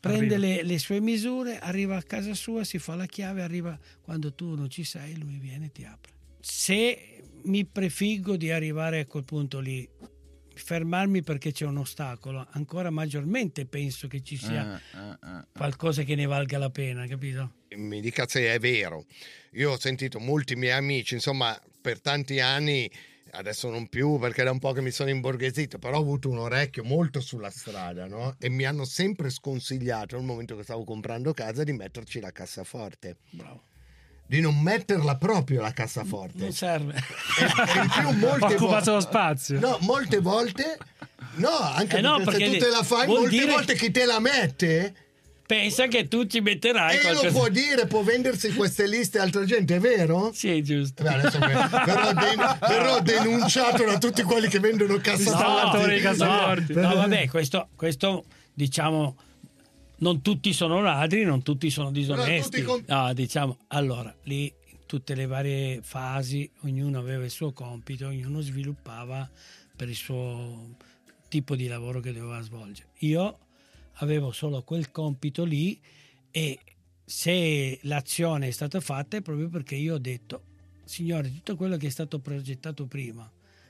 prende le sue misure, arriva a casa sua, si fa la chiave, arriva quando tu non ci sei, lui viene e ti apre. Se mi prefiggo di arrivare a quel punto lì, fermarmi perché c'è un ostacolo, ancora maggiormente penso che ci sia qualcosa che ne valga la pena, capito? Mi dica se è vero. Io ho sentito molti miei amici, insomma, per tanti anni, adesso non più perché da un po' che mi sono imborghesito, però ho avuto un orecchio molto sulla strada, no? E mi hanno sempre sconsigliato nel momento che stavo comprando casa di metterci la cassaforte. Bravo. Di non metterla proprio la cassaforte. Non serve. E in più molte occupato lo spazio. No, molte volte no, anche perché se tu te la fai, molte volte chi te la mette pensa che tu ci metterai qualcosa. Lo può dire, può vendersi queste liste a altra gente, è vero? Sì, giusto. Adesso verrò denunciato da tutti quelli che vendono cassaforti. No, vabbè, questo diciamo, non tutti sono ladri, non tutti sono disonesti. No, diciamo, allora, lì in tutte le varie fasi ognuno aveva il suo compito, ognuno sviluppava per il suo tipo di lavoro che doveva svolgere. Io avevo solo quel compito lì, e se l'azione è stata fatta è proprio perché io ho detto: signori, tutto quello che è stato progettato prima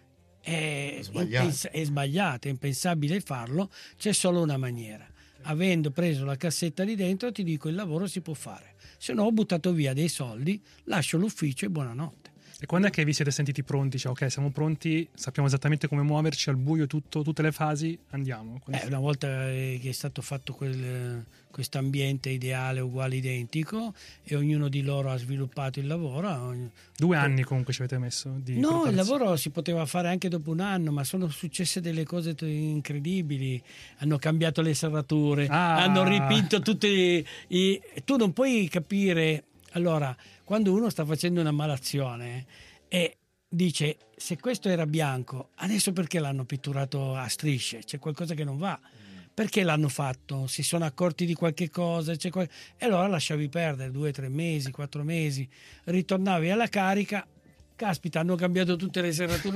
è sbagliato, è impensabile farlo, c'è solo una maniera. Avendo preso la cassetta lì dentro, ti dico, il lavoro si può fare, se no ho buttato via dei soldi, lascio l'ufficio e buonanotte. E quando è che vi siete sentiti pronti? Cioè, ok, siamo pronti, sappiamo esattamente come muoverci al buio, tutte le fasi, andiamo. Una volta che è stato fatto questo ambiente ideale, uguale, identico, e ognuno di loro ha sviluppato il lavoro. 2 anni comunque ci avete messo? No, il lavoro si poteva fare anche dopo 1 anno, ma sono successe delle cose incredibili. Hanno cambiato le serrature, hanno ripinto tutti tu non puoi capire. Allora, quando uno sta facendo una malazione e dice: se questo era bianco, adesso perché l'hanno pitturato a strisce? C'è qualcosa che non va. Perché l'hanno fatto? Si sono accorti di qualche cosa? E allora lasciavi perdere 2, 3 mesi, 4 mesi, ritornavi alla carica. Caspita, hanno cambiato tutte le serrature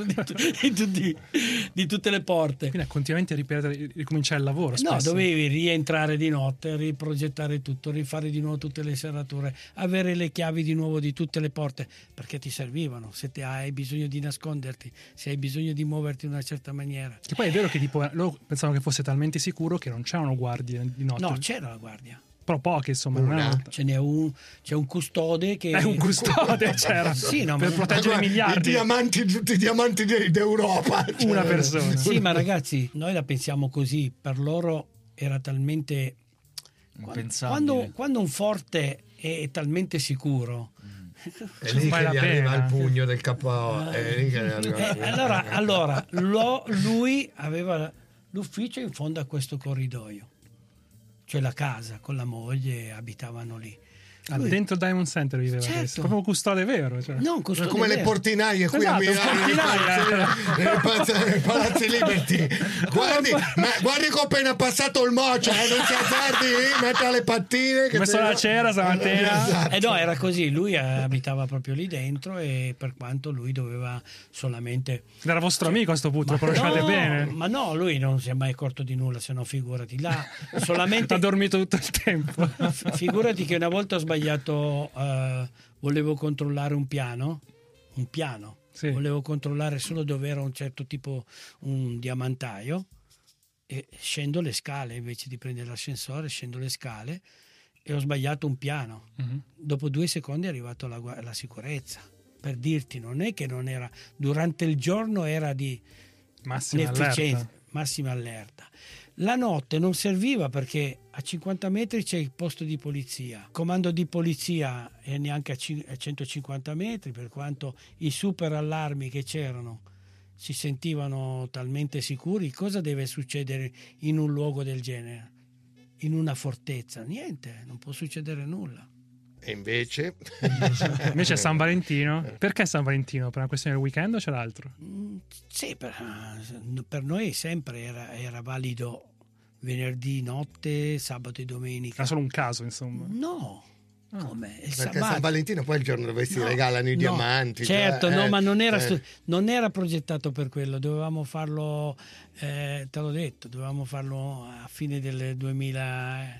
di tutte le porte. Quindi continuamente ricominciare il lavoro spesso. No, dovevi rientrare di notte, riprogettare tutto, rifare di nuovo tutte le serrature, avere le chiavi di nuovo di tutte le porte, perché ti servivano, se hai bisogno di nasconderti, se hai bisogno di muoverti in una certa maniera. Che poi è vero che loro pensavano che fosse talmente sicuro che non c'erano guardie di notte. No, c'era la guardia. Però poche, insomma. C'è un custode che... È un custode, c'era. Sì, no, per proteggere miliardi. Tutti i diamanti d'Europa. Una persona. Sì, ma ragazzi, noi la pensiamo così. Per loro era talmente... Quando un forte è talmente sicuro... È lì che gli arriva il pugno del KO. Allora, lui aveva l'ufficio in fondo a questo corridoio. Cioè la casa con la moglie, abitavano lì. Dentro Diamond Center viveva, certo. Proprio custode vero, cioè. Non custode come vero. Le portinaie qui a Milano, nei Palazzi Liberty. Guardi che ho appena passato il mocio, non si azzardi, metta le pattine. Come sono la cera stamattina. Esatto. No, era così, lui abitava proprio lì dentro, e per quanto lui doveva solamente... Era vostro amico a sto punto, lo conoscevate bene. Ma no, lui non si è mai accorto di nulla, se no figurati, là solamente... Ha dormito tutto il tempo. Figurati che una volta ho sbagliato, volevo controllare un piano, sì. Volevo controllare solo dove era un certo tipo, un diamantaio, e scendo le scale, invece di prendere l'ascensore scendo le scale e ho sbagliato un piano. Dopo 2 secondi è arrivato la sicurezza, per dirti. Non è che non era, durante il giorno era di massima allerta. La notte non serviva perché a 50 metri c'è il posto di polizia, comando di polizia, e neanche a 150 metri, per quanto i super allarmi che c'erano si sentivano talmente sicuri. Cosa deve succedere in un luogo del genere? In una fortezza? Niente, non può succedere nulla. E invece è San Valentino. Perché San Valentino? Per una questione del weekend o c'era altro? Sì, per noi sempre era valido venerdì notte, sabato e domenica. Era solo un caso, insomma. No. Come? Perché San Valentino poi è il giorno dove si regalano i diamanti. Certo, ma non era progettato per quello. Dovevamo farlo, te l'ho detto, dovevamo farlo a fine del 2000.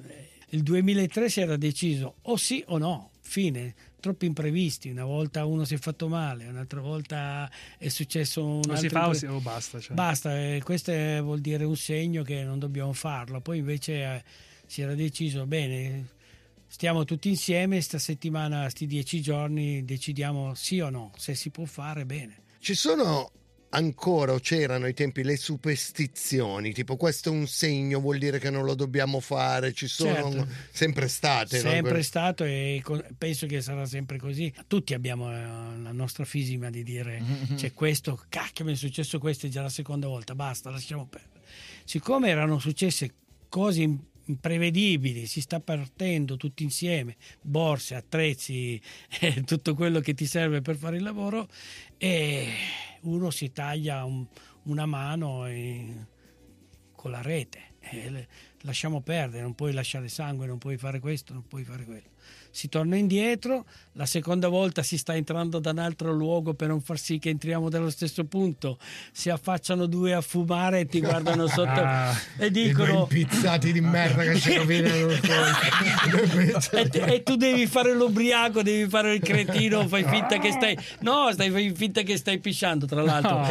Il 2003 si era deciso o sì o no, fine. Troppi imprevisti, una volta uno si è fatto male, un'altra volta è successo un altro... si fa o basta? Cioè. Basta, questo vuol dire un segno che non dobbiamo farlo. Poi invece si era deciso, bene, stiamo tutti insieme, sta settimana, sti 10 giorni, decidiamo sì o no, se si può fare, bene. Ci sono ancora, o c'erano ai tempi, le superstizioni, tipo questo è un segno, vuol dire che non lo dobbiamo fare, ci sono sempre state. Sempre stato, e penso che sarà sempre così. Tutti abbiamo la nostra fisima di dire c'è questo, cacchio mi è successo questo, è già la seconda volta, basta, lasciamo perdere. Siccome erano successe cose imprevedibili, si sta partendo tutti insieme, borse, attrezzi, tutto quello che ti serve per fare il lavoro, e uno si taglia una mano con la rete, lasciamo perdere, non puoi lasciare sangue, non puoi fare questo, non puoi fare quello. Si torna indietro, la seconda volta si sta entrando da un altro luogo per non far sì che entriamo dallo stesso punto, si affacciano due a fumare e ti guardano sotto e dicono due impizzati di merda che ci rovinano il colpo. E tu devi fare l'ubriaco, devi fare il cretino, fai finta che fai finta che stai pisciando, tra l'altro.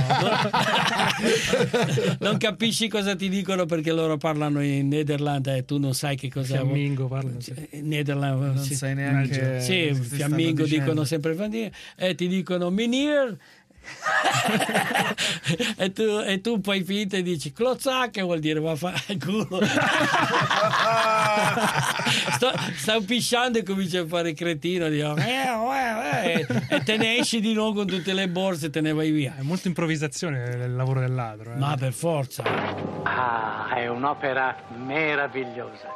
Non capisci cosa ti dicono perché loro parlano in Nederlanda e tu non sai che cosa fiammingo parlano, Nederland, non sai neanche fiammingo dicono sempre e ti dicono Meneer e tu poi finta e dici clozzac, che vuol dire va a fare il culo. Sto pisciando e cominci a fare il cretino, dico, e te ne esci di nuovo con tutte le borse e te ne vai via. È molto improvvisazione il lavoro del ladro, ma per forza. È un'opera meravigliosa.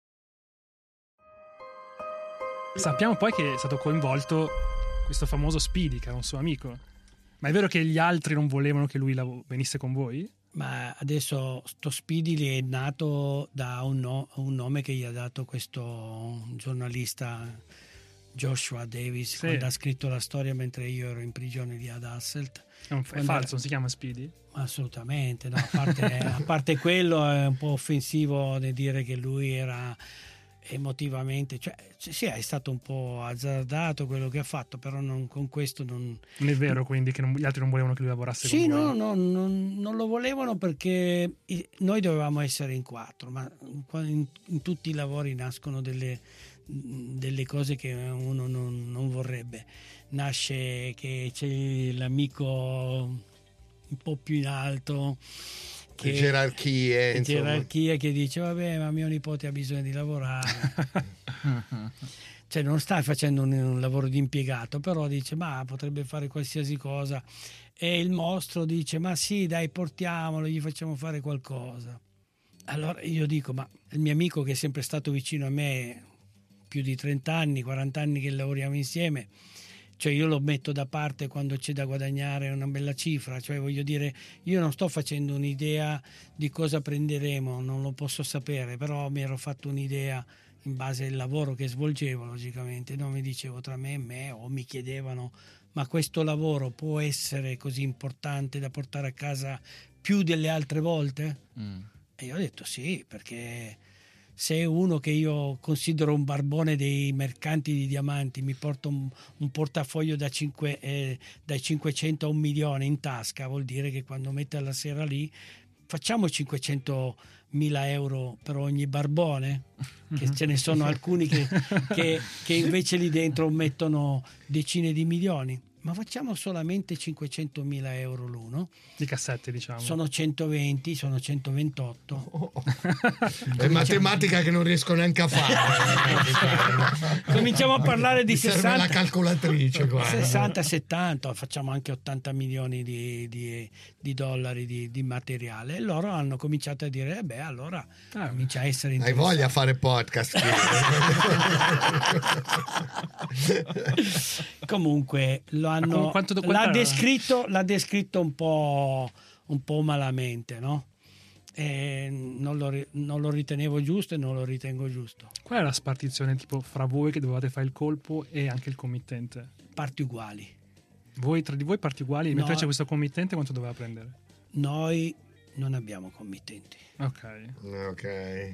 Sappiamo poi che è stato coinvolto questo famoso Speedy, che era un suo amico. Ma è vero che gli altri non volevano che lui venisse con voi? Ma adesso sto Speedy è nato da un nome che gli ha dato questo giornalista Joshua Davis, quando ha scritto la storia mentre io ero in prigione lì ad Hasselt. È falso, non si chiama Speedy? Assolutamente, no. A parte quello è un po' offensivo di dire che lui era emotivamente, cioè sì, è stato un po' azzardato quello che ha fatto, però con questo non è vero, quindi che gli altri non volevano che lui lavorasse con voi. No, non lo volevano perché noi dovevamo essere in 4, ma in tutti i lavori nascono delle cose che uno non vorrebbe. Nasce che c'è l'amico un po' più in alto, gerarchie che dice vabbè, ma mio nipote ha bisogno di lavorare. Cioè non sta facendo un lavoro di impiegato, però dice ma potrebbe fare qualsiasi cosa, e il mostro dice ma sì dai, portiamolo, gli facciamo fare qualcosa. Allora io dico, ma il mio amico che è sempre stato vicino a me più di 30 anni, 40 anni che lavoriamo insieme, cioè io lo metto da parte quando c'è da guadagnare una bella cifra, cioè voglio dire, io non sto facendo un'idea di cosa prenderemo, non lo posso sapere, però mi ero fatto un'idea in base al lavoro che svolgevo, logicamente, no? Mi dicevo tra me e me, o mi chiedevano ma questo lavoro può essere così importante da portare a casa più delle altre volte? E io ho detto sì, perché se uno che io considero un barbone dei mercanti di diamanti mi porta un portafoglio dai 500 a 1 milione in tasca, vuol dire che quando mette alla sera lì facciamo 500.000 euro per ogni barbone, che ce ne sono alcuni che invece lì dentro mettono decine di milioni. Ma facciamo solamente 500.000 euro l'uno. Di cassette, diciamo. Sono 120, sono 128. È matematica che non riesco neanche a fare. Cominciamo a parlare di 60. La calcolatrice. 60-70, facciamo anche 80 milioni di dollari di materiale. E loro hanno cominciato a dire, beh, allora comincia a essere interessante. Hai voglia a fare podcast? Comunque l'ha descritto un po' malamente, no? E non lo ritenevo giusto e non lo ritengo giusto. Qual è la spartizione tipo fra voi che dovevate fare il colpo e anche il committente? Parti uguali. Tra di voi parti uguali, mentre c'è questo committente quanto doveva prendere? Noi non abbiamo committenti. Ok.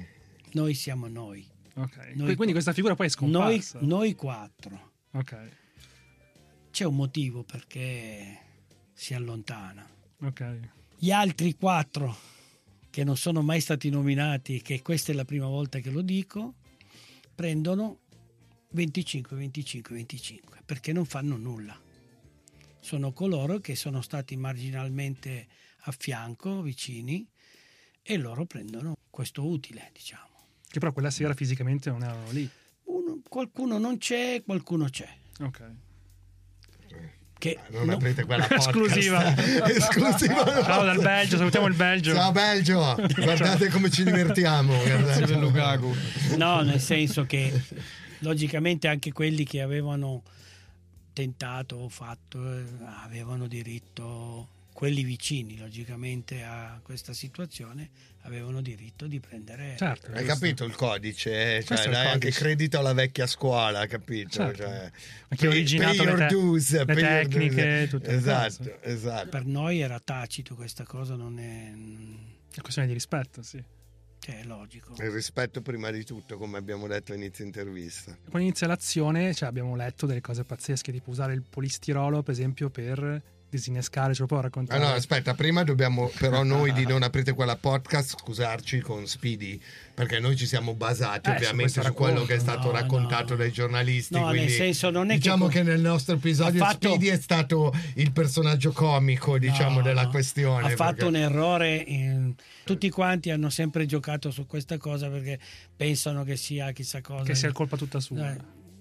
Noi siamo noi. Ok. Quindi questa figura poi è scomparsa. Noi 4. Ok. C'è un motivo perché si allontana. Ok. Gli altri 4 che non sono mai stati nominati, che questa è la prima volta che lo dico, prendono 25 perché non fanno nulla. Sono coloro che sono stati marginalmente a fianco, vicini, e loro prendono questo utile, diciamo. Che però quella sera fisicamente non erano lì. Qualcuno non c'è, qualcuno c'è. Ok. Che non aprite quella podcast. Esclusiva. Ciao dal Belgio, salutiamo il Belgio. Ciao Belgio, guardate come ci divertiamo. Lukaku. No, nel senso che logicamente anche quelli che avevano tentato o fatto avevano diritto, quelli vicini logicamente a questa situazione avevano diritto di prendere. Certo, hai capito il codice? Questo Cioè, è il dai anche codice. credito alla vecchia scuola, capito? Certo. Cioè, Ma chi ha originato pay your dues, le pay your tecniche, dues. tutte le cose. Esatto. Per noi era tacito questa cosa, non è È questione di rispetto, sì. Cioè, è logico. Il rispetto prima di tutto, come abbiamo detto a inizio intervista. Quando inizia l'azione, cioè, abbiamo letto delle cose pazzesche, tipo usare il polistirolo, per esempio, per disinnescare, ce lo può raccontare? No, aspetta, prima dobbiamo però noi di Non aprite quella podcast scusarci con Speedy, perché noi ci siamo basati ovviamente su quello che è stato raccontato dai giornalisti. No, quindi nel senso non è diciamo che nel nostro episodio Speedy è stato il personaggio comico, diciamo, della questione. Ha fatto un errore. Tutti quanti hanno sempre giocato su questa cosa perché pensano che sia chissà cosa. Che sia colpa tutta sua.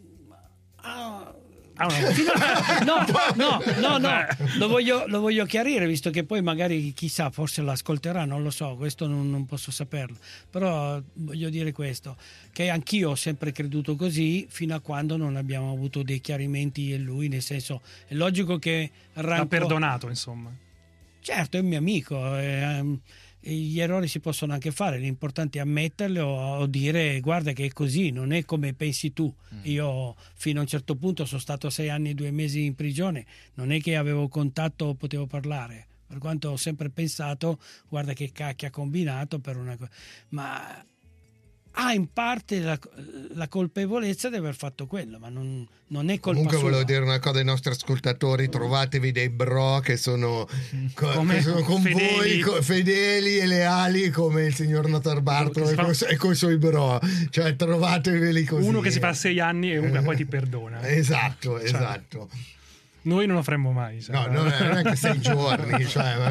No, lo voglio chiarire, visto che poi magari chissà, forse lo ascolterà, non lo so, questo non posso saperlo, però voglio dire questo, che anch'io ho sempre creduto così fino a quando non abbiamo avuto dei chiarimenti io e lui, nel senso, è logico che l'ha perdonato, insomma. Certo, è un mio amico, gli errori si possono anche fare, l'importante è ammetterli o dire guarda che è così, non è come pensi tu. Io fino a un certo punto sono stato 6 anni e 2 mesi in prigione, non è che avevo contatto o potevo parlare, per quanto ho sempre pensato guarda che cacchio ha combinato per una cosa, ma ha in parte la colpevolezza di aver fatto quello, ma non è colpa Comunque sua. volevo dire una cosa ai nostri ascoltatori: trovatevi dei bro che sono con fedeli. voi, fedeli e leali come il signor Notar Bartolo e coi suoi bro, cioè trovateveli così. Uno che si fa 6 anni e uno che poi ti perdona. Esatto. Noi non lo faremmo mai. No, non è neanche 6 giorni.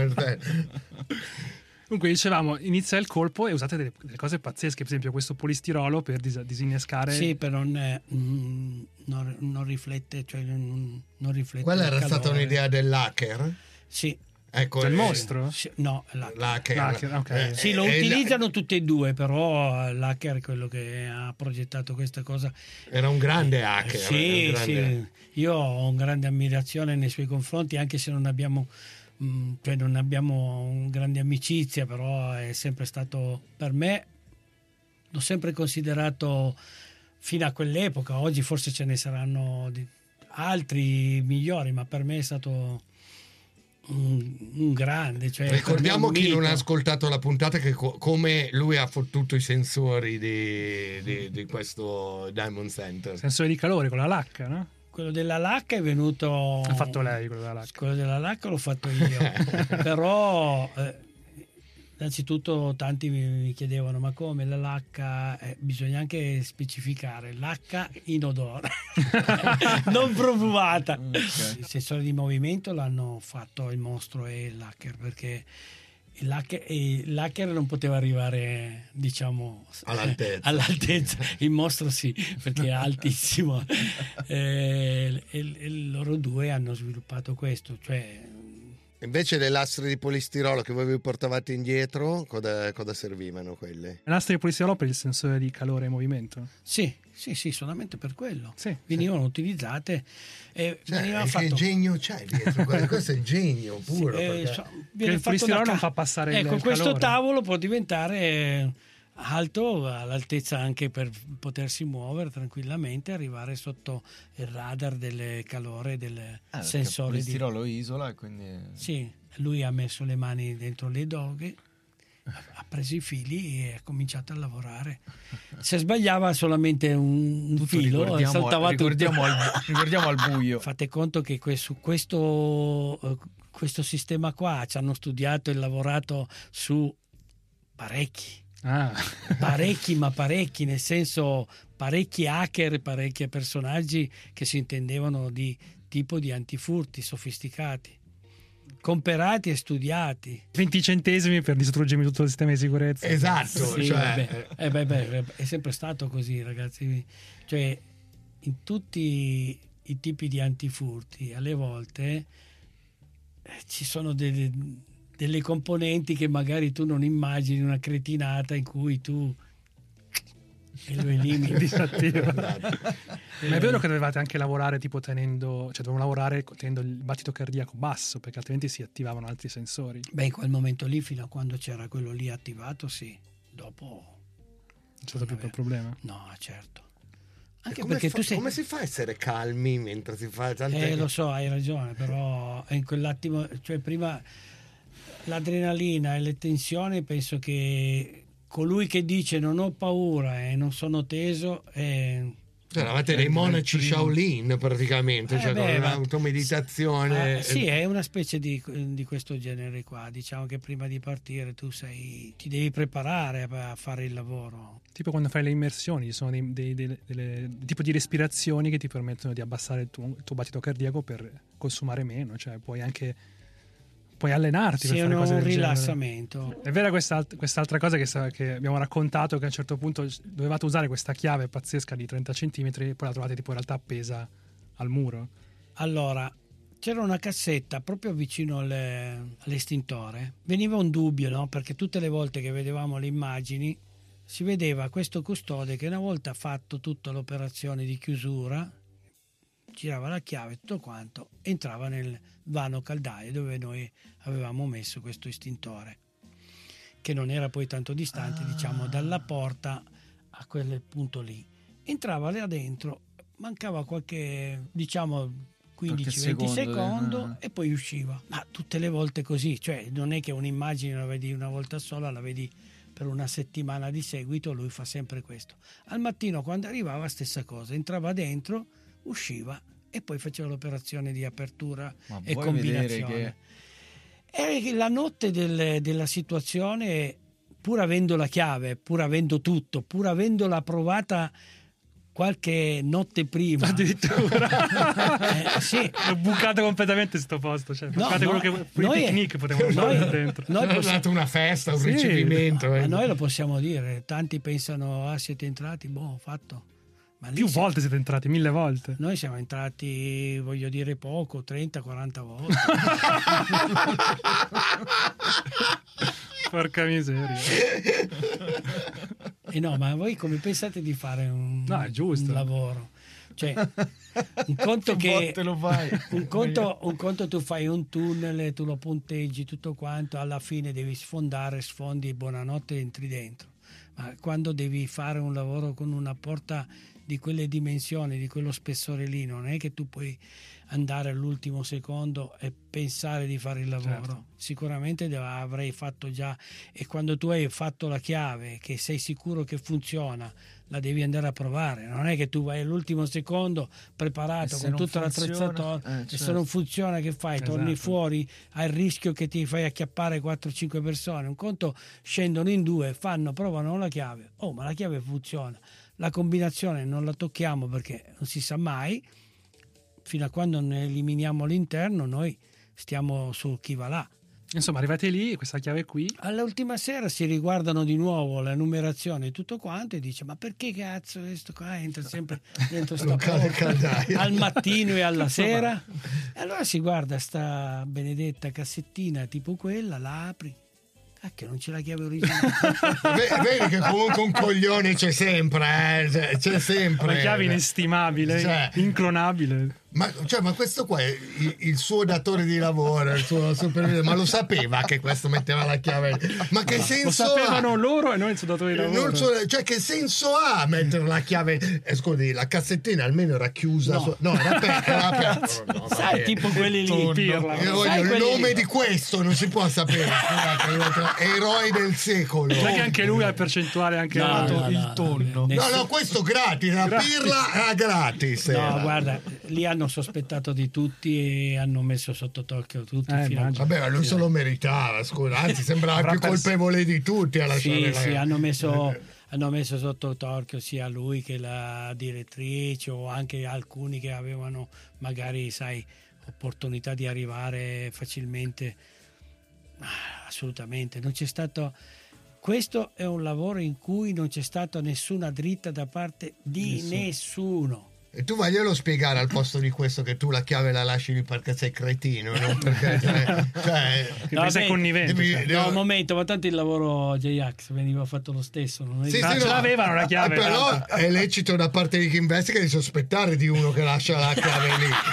Comunque dicevamo, inizia il colpo e usate delle cose pazzesche, per esempio questo polistirolo per disinnescare. Sì, però non riflette, cioè non riflette. Quella era il stata calore. un'idea dell'hacker? Sì. Ecco, Del mostro? Sì, no, l'hacker. Okay. Sì, lo utilizzano tutti e due, però l'hacker è quello che ha progettato questa cosa. Era un grande hacker. Sì. Io ho una grande ammirazione nei suoi confronti, anche se non abbiamo una grande amicizia, però è sempre stato, per me, l'ho sempre considerato fino a quell'epoca. Oggi forse ce ne saranno altri migliori, ma per me è stato un grande. Cioè, ricordiamo per me chi un non ha mito. ascoltato la puntata che come lui ha fottuto i sensori di questo Diamond Center. Sensore di calore con la lacca, no? Quello della lacca è venuto. L'ha fatto lei, quello della lacca. Quello della lacca l'ho fatto io. Però innanzitutto tanti mi chiedevano ma come la lacca, bisogna anche specificare lacca inodore non profumata. Il sensore di movimento l'hanno fatto il mostro e l'hacker, perché l'hacker non poteva arrivare, diciamo, all'altezza. Il mostro sì, perché è altissimo. E loro due hanno sviluppato questo, cioè. Invece le lastre di polistirolo che voi vi portavate indietro, cosa servivano quelle? Le lastre di polistirolo per il sensore di calore e movimento? Sì, solamente per quello. Sì, venivano utilizzate e veniva che fatto. Genio c'è dietro? Questo è genio puro. Il polistirolo non fa passare il questo calore. tavolo può diventare alto, all'altezza anche per potersi muovere tranquillamente, arrivare sotto il radar del calore del sensore. Il polistirolo isola, quindi. Sì, lui ha messo le mani dentro le doghe Ha preso i fili e ha cominciato a lavorare. Se sbagliava solamente un filo, saltava ricordiamo al buio. Fate conto che questo sistema qua ci hanno studiato e lavorato su parecchi, nel senso parecchi hacker, parecchi personaggi che si intendevano di tipo di antifurti sofisticati, comperati e studiati. 20 centesimi per distruggermi tutto il sistema di sicurezza. Esatto, Sì, cioè... è sempre stato così, ragazzi. Cioè, in tutti i tipi di antifurti, alle volte ci sono delle componenti che magari tu non immagini, una cretinata in cui tu lo elimini. Disattiva. Ma è vero che dovevate anche lavorare dovevamo lavorare tenendo il battito cardiaco basso, perché altrimenti si attivavano altri sensori. Beh, in quel momento lì, fino a quando c'era quello lì attivato, sì. Dopo non c'è stato più quel problema. No, certo. Anche perché come si fa a essere calmi mentre si fa tante... Lo so, hai ragione, però in quell'attimo, cioè prima l'adrenalina e le tensioni, penso che colui che dice non ho paura e non sono teso eravate dei monaci Shaolin praticamente, con un'automeditazione. Sì, è una specie di questo genere qua. Diciamo che prima di partire tu ti devi preparare a fare il lavoro. Tipo quando fai le immersioni, ci sono delle tipo di respirazioni che ti permettono di abbassare il tuo battito cardiaco per consumare meno, cioè puoi allenarti per fare cose del rilassamento. Genere. È vera quest'altra cosa che abbiamo raccontato, che a un certo punto dovevate usare questa chiave pazzesca di 30 centimetri e poi la trovate tipo in realtà appesa al muro. Allora, c'era una cassetta proprio vicino all'estintore. Veniva un dubbio, no? Perché tutte le volte che vedevamo le immagini si vedeva questo custode che una volta fatto tutta l'operazione di chiusura, girava la chiave, tutto quanto, entrava nel vano caldaio dove noi avevamo messo questo estintore, che non era poi tanto distante, diciamo, dalla porta a quel punto lì. Entrava là dentro, mancava qualche, diciamo, 15-20 secondi e poi usciva. Ma tutte le volte così, cioè non è che un'immagine la vedi una volta sola, la vedi per una settimana di seguito. Lui fa sempre questo. Al mattino quando arrivava stessa cosa, entrava dentro, usciva e poi faceva l'operazione di apertura e combinazione. E la notte della situazione, pur avendo la chiave, pur avendo tutto, pur avendola provata qualche notte prima, addirittura sì, ho bucato completamente sto posto, cioè quello che pure i picnic potevano fare dentro. Noi è stata una festa, un ricevimento. Ma noi lo possiamo dire, tanti pensano siete entrati, fatto. Ma più volte siete entrati, 1000 volte. Noi siamo entrati, voglio dire poco, 30-40 volte. Porca miseria. E no, ma voi come pensate di fare un lavoro? Cioè, un conto che lo fai. un conto tu fai un tunnel, tu lo punteggi tutto quanto, alla fine devi sfondi e buonanotte entri dentro. Ma quando devi fare un lavoro con una porta di quelle dimensioni, di quello spessore lì, non è che tu puoi andare all'ultimo secondo e pensare di fare il lavoro. Certo. Sicuramente avrei fatto già, e quando tu hai fatto la chiave, che sei sicuro che funziona, la devi andare a provare. Non è che tu vai all'ultimo secondo preparato con tutta l'attrezzatura e se non funziona che fai? Esatto. Torni fuori, hai il rischio che ti fai acchiappare 4-5 persone. Un conto scendono in due, provano la chiave, ma la chiave funziona, la combinazione non la tocchiamo perché non si sa mai, fino a quando non eliminiamo l'interno noi stiamo su chi va là. Insomma, arrivate lì, questa chiave qui. All'ultima sera si riguardano di nuovo la numerazione e tutto quanto e dice: ma perché cazzo questo qua entra sempre dentro sta porta al mattino e alla sera? E allora si guarda sta benedetta cassettina tipo quella, la apri. Che non c'è la chiave originale. Vedi che comunque un coglione c'è sempre, c'è sempre. Una chiave inestimabile, inclonabile. Ma questo qua è il suo datore di lavoro, il suo supervisore, ma lo sapeva che questo metteva la chiave? Ma che senso lo sapevano loro e noi il suo datore di lavoro? Che senso ha mettere la chiave? Scusi, la cassettina almeno era chiusa. No, era aperta. No, sai, tipo quelli lì. Io voglio il nome di questo, non si può sapere. eroi del secolo. Non è che anche lui ha il percentuale anche il tonno. No, questo gratis, la pirla era gratis. No, guarda, lì hanno sospettato di tutti e hanno messo sotto torchio tutti. Vabbè, ma lui se lo meritava, scusa, anzi sembrava più colpevole di tutti a lasciare Sì, hanno messo sotto torchio sia lui che la direttrice o anche alcuni che avevano magari, sai, opportunità di arrivare facilmente. Assolutamente, non c'è stato. Questo è un lavoro in cui non c'è stata nessuna dritta da parte di nessuno. E tu vaglielo spiegare al posto di questo che tu la chiave la lasci lì perché sei cretino, non perché sei connivente. No, un momento, ma tanto il lavoro J-Ax veniva fatto lo stesso. Non è ce l'avevano la chiave. Però è lecito da parte di chi investiga di sospettare di uno che lascia la chiave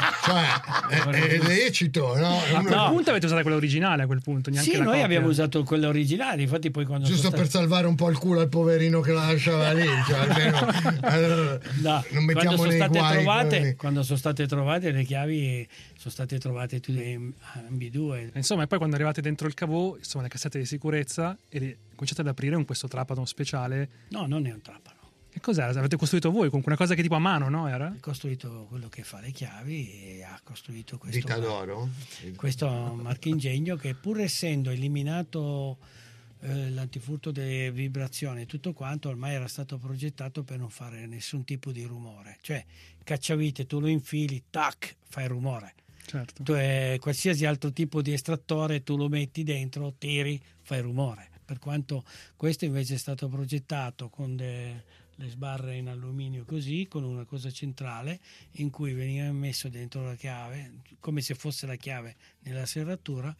lì. È lecito, no? A quel punto avete usato quella originale, a quel punto. Neanche noi copia. Abbiamo usato quella originale, infatti poi quando giusto per salvare un po' il culo al poverino che la lasciava lì, almeno non mettiamo nei quando sono state trovate le chiavi sono state trovate ambedue. Insomma, e poi quando arrivate dentro il cavò, insomma, le cassette di sicurezza e cominciate ad aprire con questo trapano speciale. No, non è un trapano. Che cos'era? Avete costruito voi con una cosa che tipo a mano, no? Era? Ha costruito quello che fa le chiavi e ha costruito questo Dita d'oro? Questo marchingegno che, pur essendo eliminato l'antifurto delle vibrazioni e tutto quanto, ormai era stato progettato per non fare nessun tipo di rumore. Cioè, cacciavite, tu lo infili, tac, fai rumore. Certo. Qualsiasi altro tipo di estrattore tu lo metti dentro, tiri, fai rumore. Per quanto questo invece è stato progettato con le sbarre in alluminio così, con una cosa centrale in cui veniva messo dentro la chiave, come se fosse la chiave nella serratura,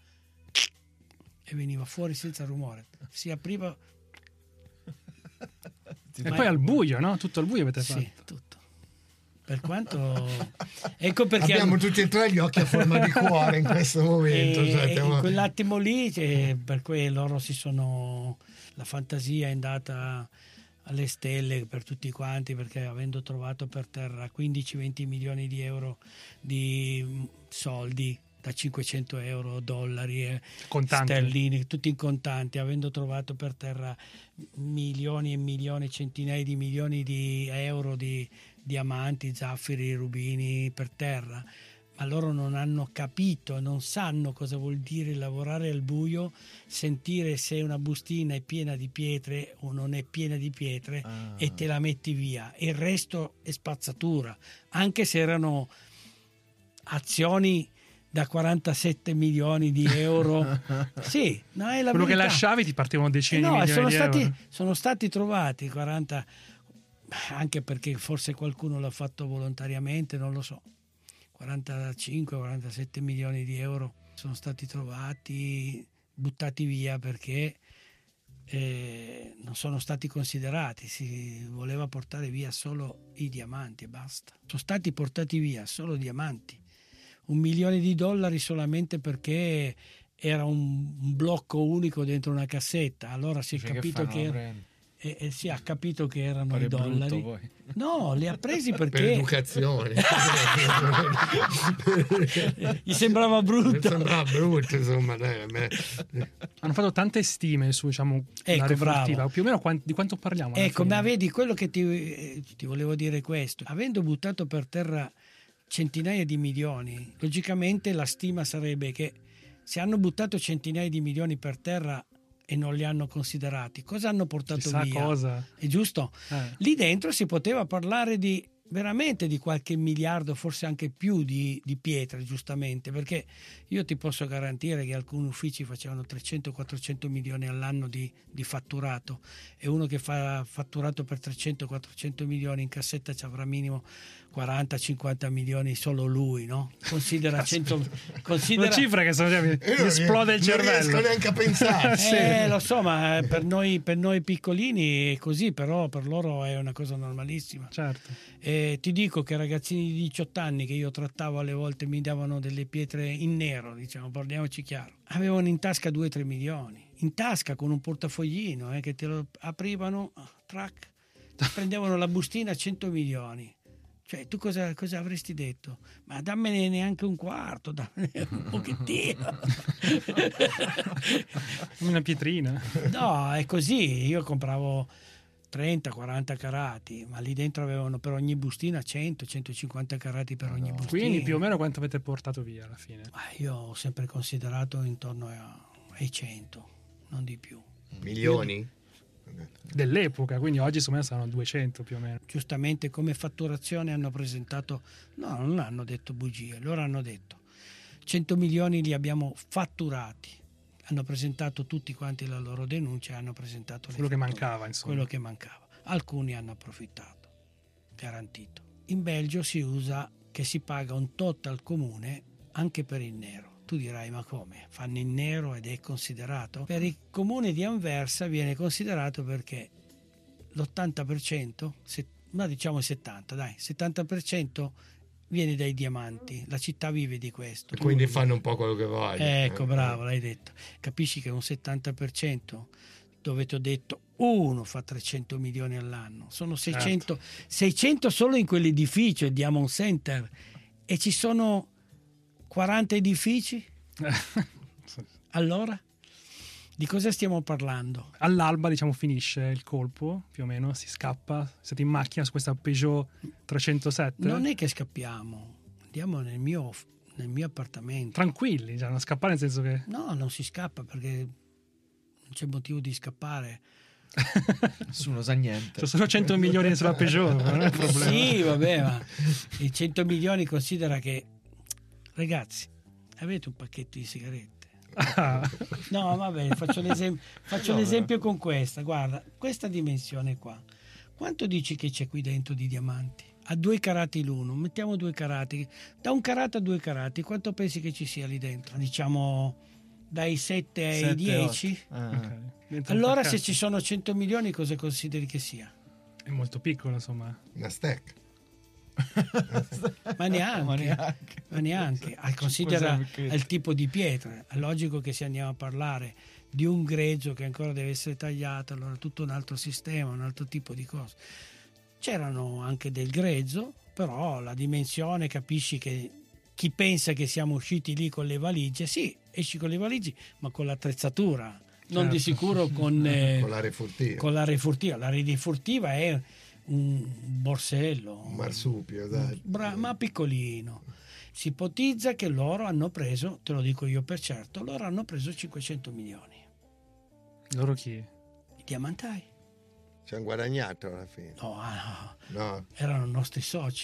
e veniva fuori senza rumore, si apriva. E poi al buio, no? Tutto al buio avete fatto? Sì, tutto. Per quanto ecco perché abbiamo tutti e tre gli occhi a forma di cuore in questo momento. In quell'attimo lì, per cui loro la fantasia è andata alle stelle per tutti quanti, perché avendo trovato per terra 15-20 milioni di euro di soldi, da 500 euro, dollari, sterline, tutti in contanti, avendo trovato per terra milioni e milioni, centinaia di milioni di euro di diamanti, zaffiri, rubini per terra, ma loro non hanno capito, non sanno cosa vuol dire lavorare al buio, sentire se una bustina è piena di pietre o non è piena di pietre e te la metti via, il resto è spazzatura, anche se erano azioni da 47 milioni di euro. Sì, no, è la quello verità. Che lasciavi ti partivano decine di milioni di euro. Sono stati trovati 40, anche perché forse qualcuno l'ha fatto volontariamente, non lo so, 45-47 milioni di euro sono stati trovati, buttati via perché non sono stati considerati, si voleva portare via solo i diamanti e basta. Sono stati portati via solo diamanti. $1 milione solamente perché era un blocco unico dentro una cassetta. Allora si è capito si ha capito che erano i dollari. No, li ha presi perché per educazione. Gli sembrava brutto. Insomma. Hanno fatto tante stime su, diciamo, la refurtiva. Più o meno di quanto parliamo? Ecco, ma vedi, quello che ti volevo dire questo. Avendo buttato per terra centinaia di milioni, logicamente la stima sarebbe che se hanno buttato centinaia di milioni per terra e non li hanno considerati, cosa hanno portato via? Cosa. È giusto? Lì dentro si poteva parlare di veramente di qualche miliardo, forse anche più di pietre, giustamente, perché io ti posso garantire che alcuni uffici facevano 300-400 milioni all'anno di fatturato, e uno che fa fatturato per 300-400 milioni in cassetta ci avrà minimo 40-50 milioni solo lui, no? Considera una cifra che mi esplode il cervello. Non riesco neanche a pensare. Lo so, ma per noi piccolini è così, però per loro è una cosa normalissima. Certo. E ti dico che ragazzini di 18 anni che io trattavo alle volte mi davano delle pietre in nero, diciamo, parliamoci chiaro. Avevano in tasca 2-3 milioni, in tasca con un portafoglino che te lo aprivano, track, prendevano la bustina 100 milioni. Cioè, tu cosa avresti detto? Ma dammene neanche un quarto, dammene un pochettino. Una pietrina. No, è così. Io compravo 30-40 carati, ma lì dentro avevano per ogni bustina 100-150 carati per ogni bustina. Quindi più o meno quanto avete portato via alla fine? Io ho sempre considerato intorno ai 100, non di più. Milioni? Dell'epoca, quindi oggi secondo me saranno 200 più o meno. Giustamente come fatturazione hanno presentato, no, non hanno detto bugie, loro hanno detto 100 milioni li abbiamo fatturati, hanno presentato tutti quanti la loro denuncia, hanno presentato quello che mancava, insomma. Quello che mancava. Alcuni hanno approfittato, garantito. In Belgio si usa che si paga un tot al comune anche per il nero. Tu dirai, ma come? Fanno in nero ed è considerato? Per il comune di Anversa viene considerato perché l'80%, ma diciamo il 70% viene dai diamanti. La città vive di questo. E quindi fanno un po' quello che vogliono. Ecco, bravo, l'hai detto. Capisci che un 70%, dove ti ho detto uno fa 300 milioni all'anno, sono 600, certo. 600 solo in quell'edificio, il Diamond Center, e ci sono 40 edifici? Allora? Di cosa stiamo parlando? All'alba, diciamo, finisce il colpo, più o meno, si scappa, siete in macchina su questa Peugeot 307? Non è che scappiamo, andiamo nel mio appartamento. Tranquilli, cioè non scappare nel senso che... No, non si scappa perché non c'è motivo di scappare. Nessuno sa niente. C'è solo 100 milioni sulla Peugeot, non è un problema. Sì, vabbè, ma i 100 milioni considera che... Ragazzi, avete un pacchetto di sigarette? No, vabbè, faccio l'esempio con questa. Guarda, questa dimensione qua. Quanto dici che c'è qui dentro di diamanti? A 2 carati l'uno, mettiamo 2 carati. Da 1 carato a 2 carati, quanto pensi che ci sia lì dentro? Diciamo dai 7 ai 10? Okay. Allora se ci sono 100 milioni cosa consideri che sia? È molto piccolo, insomma. Una stack. ma neanche. Considera il tipo di pietra. È logico che se andiamo a parlare di un grezzo che ancora deve essere tagliato, allora tutto un altro sistema, un altro tipo di cose. C'erano anche del grezzo, però la dimensione, capisci che chi pensa che siamo usciti lì con le valigie, sì, esci con le valigie, ma con l'attrezzatura, non certo. Di sicuro con la refurtiva. Con la refurtiva. La refurtiva è un borsello, un marsupio, dai. Ma piccolino. Si ipotizza che loro hanno preso, te lo dico io per certo, loro hanno preso 500 milioni. Loro chi? I diamantai. Ci hanno guadagnato alla fine. No. Erano nostri soci.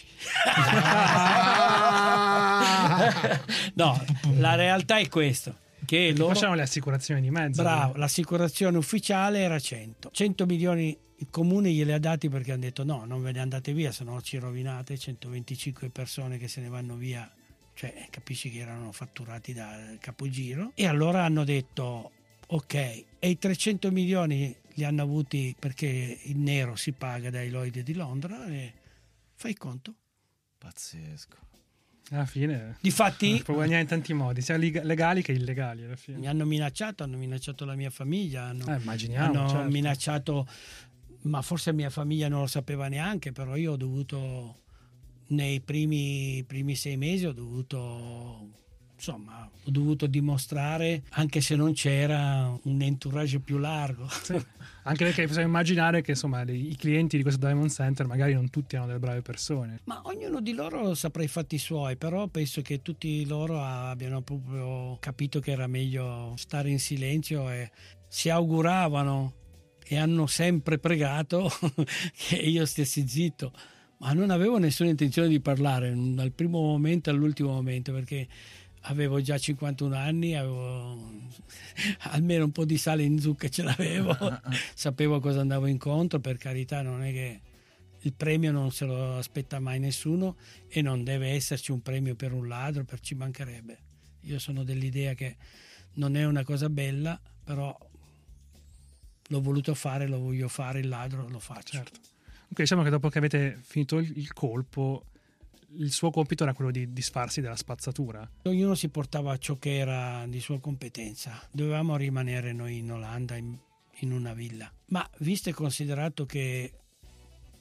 No, la realtà è questo. Che loro facevano le assicurazioni di mezzo. Bravo, l'assicurazione ufficiale era 100 milioni. Il comune glieli ha dati perché hanno detto no, non ve ne andate via, se no ci rovinate. 125 persone che se ne vanno via, cioè capisci che erano fatturati da capogiro. E allora hanno detto ok, e i 300 milioni li hanno avuti perché il nero si paga dai Lloyd di Londra, e fai conto. Pazzesco. Alla fine difatti può guadagnare in tanti modi, sia legali che illegali alla fine. Mi hanno minacciato la mia famiglia, hanno certo. minacciato, ma forse mia famiglia non lo sapeva neanche, però io ho dovuto nei primi 6 mesi ho dovuto dimostrare, anche se non c'era un entourage più largo. Sì. Anche perché possiamo immaginare che insomma i clienti di questo Diamond Center magari non tutti erano delle brave persone. Ma ognuno di loro saprà i fatti suoi, però penso che tutti loro abbiano proprio capito che era meglio stare in silenzio, e si auguravano e hanno sempre pregato che io stessi zitto, ma non avevo nessuna intenzione di parlare dal primo momento all'ultimo momento, perché avevo già 51 anni, avevo almeno un po' di sale in zucca ce l'avevo, sapevo cosa andavo incontro, per carità, non è che il premio non se lo aspetta mai nessuno e non deve esserci un premio per un ladro, ci mancherebbe. Io sono dell'idea che non è una cosa bella, però l'ho voluto fare, lo voglio fare, il ladro lo faccio. Certo. Comunque diciamo che dopo che avete finito il colpo, il suo compito era quello di disfarsi della spazzatura. Ognuno si portava ciò che era di sua competenza. Dovevamo rimanere noi in Olanda in una villa. Ma visto e considerato che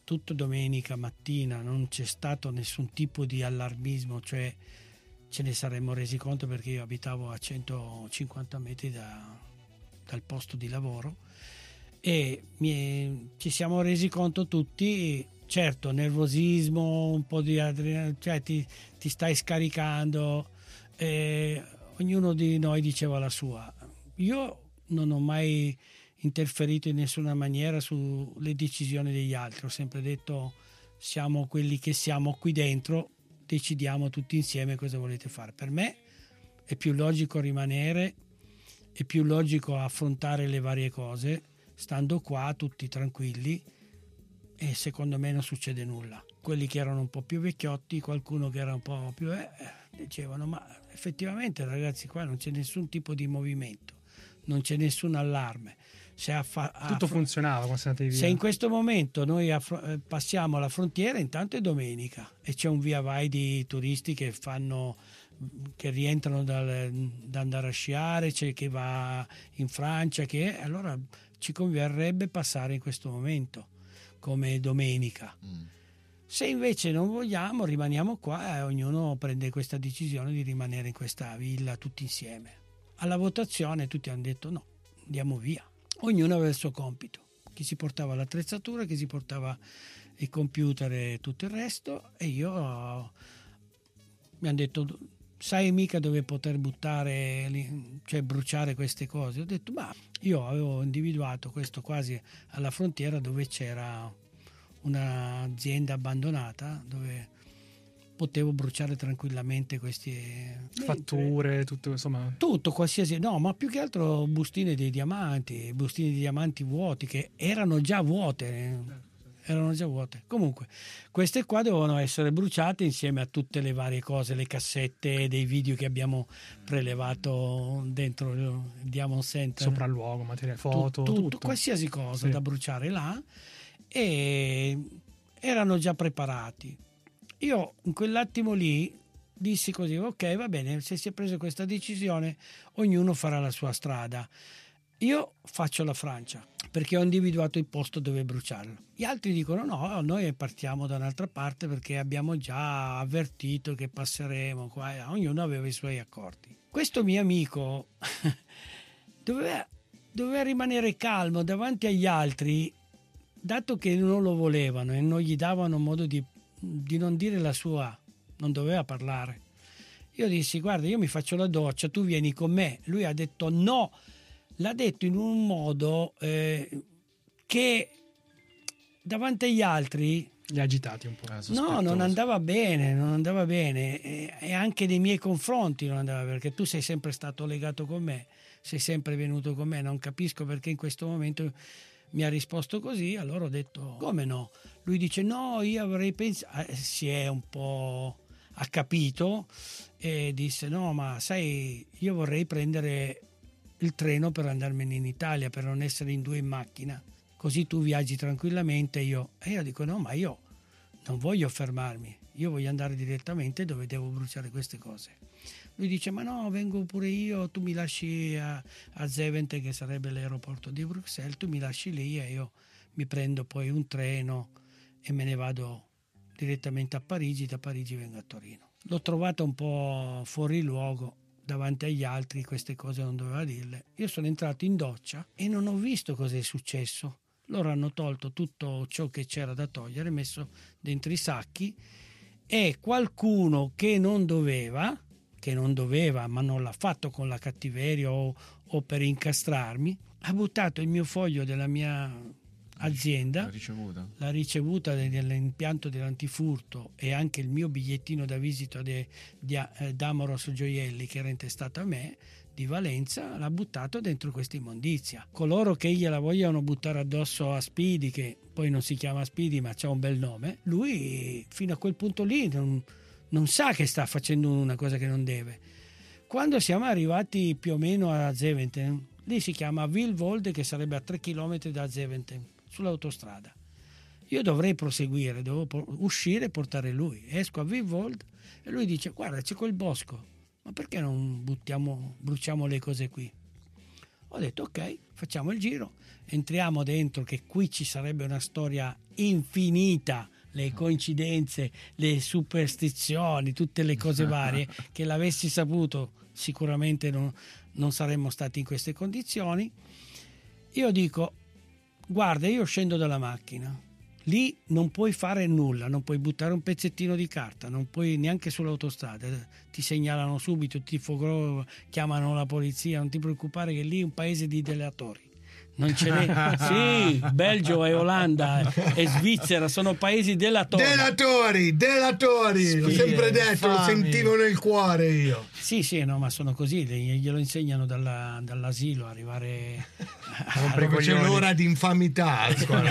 tutto domenica mattina, non c'è stato nessun tipo di allarmismo, cioè ce ne saremmo resi conto perché io abitavo a 150 metri dal posto di lavoro e ci siamo resi conto tutti, certo, nervosismo, un po' di adrenalina, cioè ti stai scaricando, ognuno di noi diceva la sua. Io non ho mai interferito in nessuna maniera sulle decisioni degli altri, ho sempre detto siamo quelli che siamo qui dentro, decidiamo tutti insieme cosa volete fare. Per me è più logico rimanere, è più logico affrontare le varie cose stando qua tutti tranquilli e secondo me non succede nulla. Quelli che erano un po' più vecchiotti, qualcuno che era un po' più dicevano ma effettivamente ragazzi qua non c'è nessun tipo di movimento, non c'è nessun allarme. Tutto funzionava quando siete via. Se in questo momento noi passiamo la frontiera, intanto è domenica e c'è un via vai di turisti che rientrano da andare a sciare, c'è chi va in Francia, allora ci converrebbe passare in questo momento come domenica. Se invece non vogliamo, rimaniamo qua e ognuno prende questa decisione di rimanere in questa villa tutti insieme. Alla votazione tutti hanno detto no, andiamo via. Ognuno aveva il suo compito, chi si portava l'attrezzatura, chi si portava il computer e tutto il resto, e io mi hanno detto sai mica dove poter buttare, cioè bruciare queste cose. Ho detto ma io avevo individuato questo quasi alla frontiera dove c'era un'azienda abbandonata dove potevo bruciare tranquillamente queste fatture, tutto insomma. Tutto, qualsiasi, no, ma più che altro bustine di diamanti vuoti che erano già vuote. Comunque, queste qua devono essere bruciate insieme a tutte le varie cose, le cassette dei video che abbiamo prelevato dentro il Diamond Center. Sopralluogo, materiale, foto, tutto. Qualsiasi cosa da bruciare là, e erano già preparati. Io in quell'attimo lì dissi così, ok, va bene, se si è presa questa decisione ognuno farà la sua strada. Io faccio la Francia perché ho individuato il posto dove bruciarlo. Gli altri dicono no, noi partiamo da un'altra parte perché abbiamo già avvertito che passeremo qua. Ognuno aveva i suoi accordi. Questo mio amico doveva rimanere calmo davanti agli altri, dato che non lo volevano e non gli davano modo di non dire la sua, non doveva parlare. Io dissi guarda, io mi faccio la doccia, tu vieni con me. Lui ha detto no, l'ha detto in un modo che davanti agli altri li ha agitati un po'. No, non andava bene e anche nei miei confronti non andava, perché tu sei sempre stato legato con me, sei sempre venuto con me, non capisco perché in questo momento mi ha risposto così. Allora ho detto come no? Lui dice no, io avrei pensato, si è un po' ha capito e disse no, ma sai, io vorrei prendere il treno per andarmene in Italia, per non essere in due in macchina, così tu viaggi tranquillamente. E io dico no, ma io non voglio fermarmi, io voglio andare direttamente dove devo bruciare queste cose. Lui dice ma no, vengo pure io, tu mi lasci a Zaventem, che sarebbe l'aeroporto di Bruxelles, tu mi lasci lì e io mi prendo poi un treno e me ne vado direttamente a Parigi, da Parigi vengo a Torino. L'ho trovata un po' fuori luogo davanti agli altri, queste cose non doveva dirle. Io sono entrato in doccia e non ho visto cosa è successo. Loro hanno tolto tutto ciò che c'era da togliere, messo dentro i sacchi, e qualcuno che non doveva, ma non l'ha fatto con la cattiveria o per incastrarmi, ha buttato il mio foglio della mia azienda, la ricevuta dell'impianto dell'antifurto e anche il mio bigliettino da visita di Amoros Gioielli, che era intestato a me, di Valenza, l'ha buttato dentro questa immondizia. Coloro che gliela vogliono buttare addosso a Speedy, che poi non si chiama Speedy ma c'ha un bel nome, lui fino a quel punto lì non sa che sta facendo una cosa che non deve. Quando siamo arrivati più o meno a Zaventem, lì si chiama Vilvoorde, che sarebbe a 3 km da Zaventem, sull'autostrada. Io dovrei proseguire, devo uscire e portare lui. Esco a Vilvoorde e lui dice guarda, c'è quel bosco, ma perché non bruciamo le cose qui? Ho detto ok, facciamo il giro, entriamo dentro, che qui ci sarebbe una storia infinita, le coincidenze, le superstizioni, tutte le cose varie, che l'avessi saputo sicuramente non saremmo stati in queste condizioni. Io dico, guarda, io scendo dalla macchina, lì non puoi fare nulla, non puoi buttare un pezzettino di carta, non puoi neanche sull'autostrada, ti segnalano subito, chiamano la polizia, non ti preoccupare che lì è un paese di delatori. Non ce n'è. Sì, Belgio e Olanda e Svizzera sono paesi delatori. Delatori, l'ho sempre detto, lo sentivo nel cuore io. Sì, no, ma sono così, glielo insegnano dall'asilo arrivare c'è l'ora di infamità, quella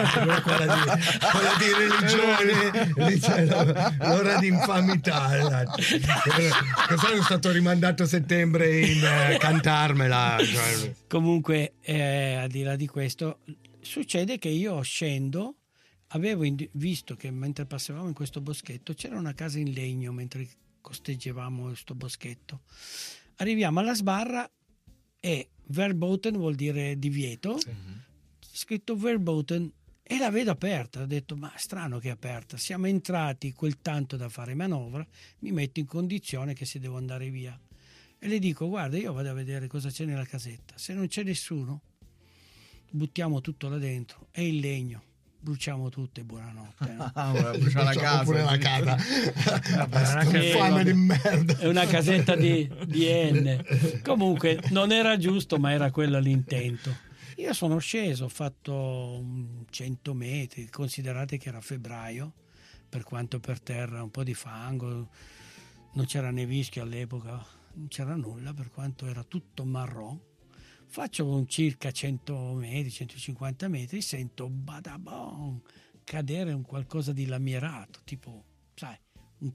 di religione, dice l'ora di infamità, esatto. Quest'anno è stato rimandato a settembre in cantarmela. Comunque, al di là di questo, succede che io scendo, avevo visto che mentre passavamo in questo boschetto c'era una casa in legno mentre costeggiavamo questo boschetto. Arriviamo alla sbarra e verboten vuol dire divieto, scritto verboten, e la vedo aperta. Ho detto, ma strano che è aperta, siamo entrati quel tanto da fare manovra, mi metto in condizione che se devo andare via. E le dico, guarda, io vado a vedere cosa c'è nella casetta, se non c'è nessuno buttiamo tutto là dentro, è il legno, bruciamo tutto e buonanotte. Bruciare la casa, pure la casa. Fame di merda. È una casetta di N. Comunque non era giusto, ma era quello l'intento. Io sono sceso, ho fatto 100 metri, considerate che era febbraio, per quanto per terra un po' di fango, non c'era nevischio all'epoca, non c'era nulla, per quanto era tutto marron. Faccio circa 100 metri, 150 metri, sento badabon cadere un qualcosa di lamierato, tipo, sai, un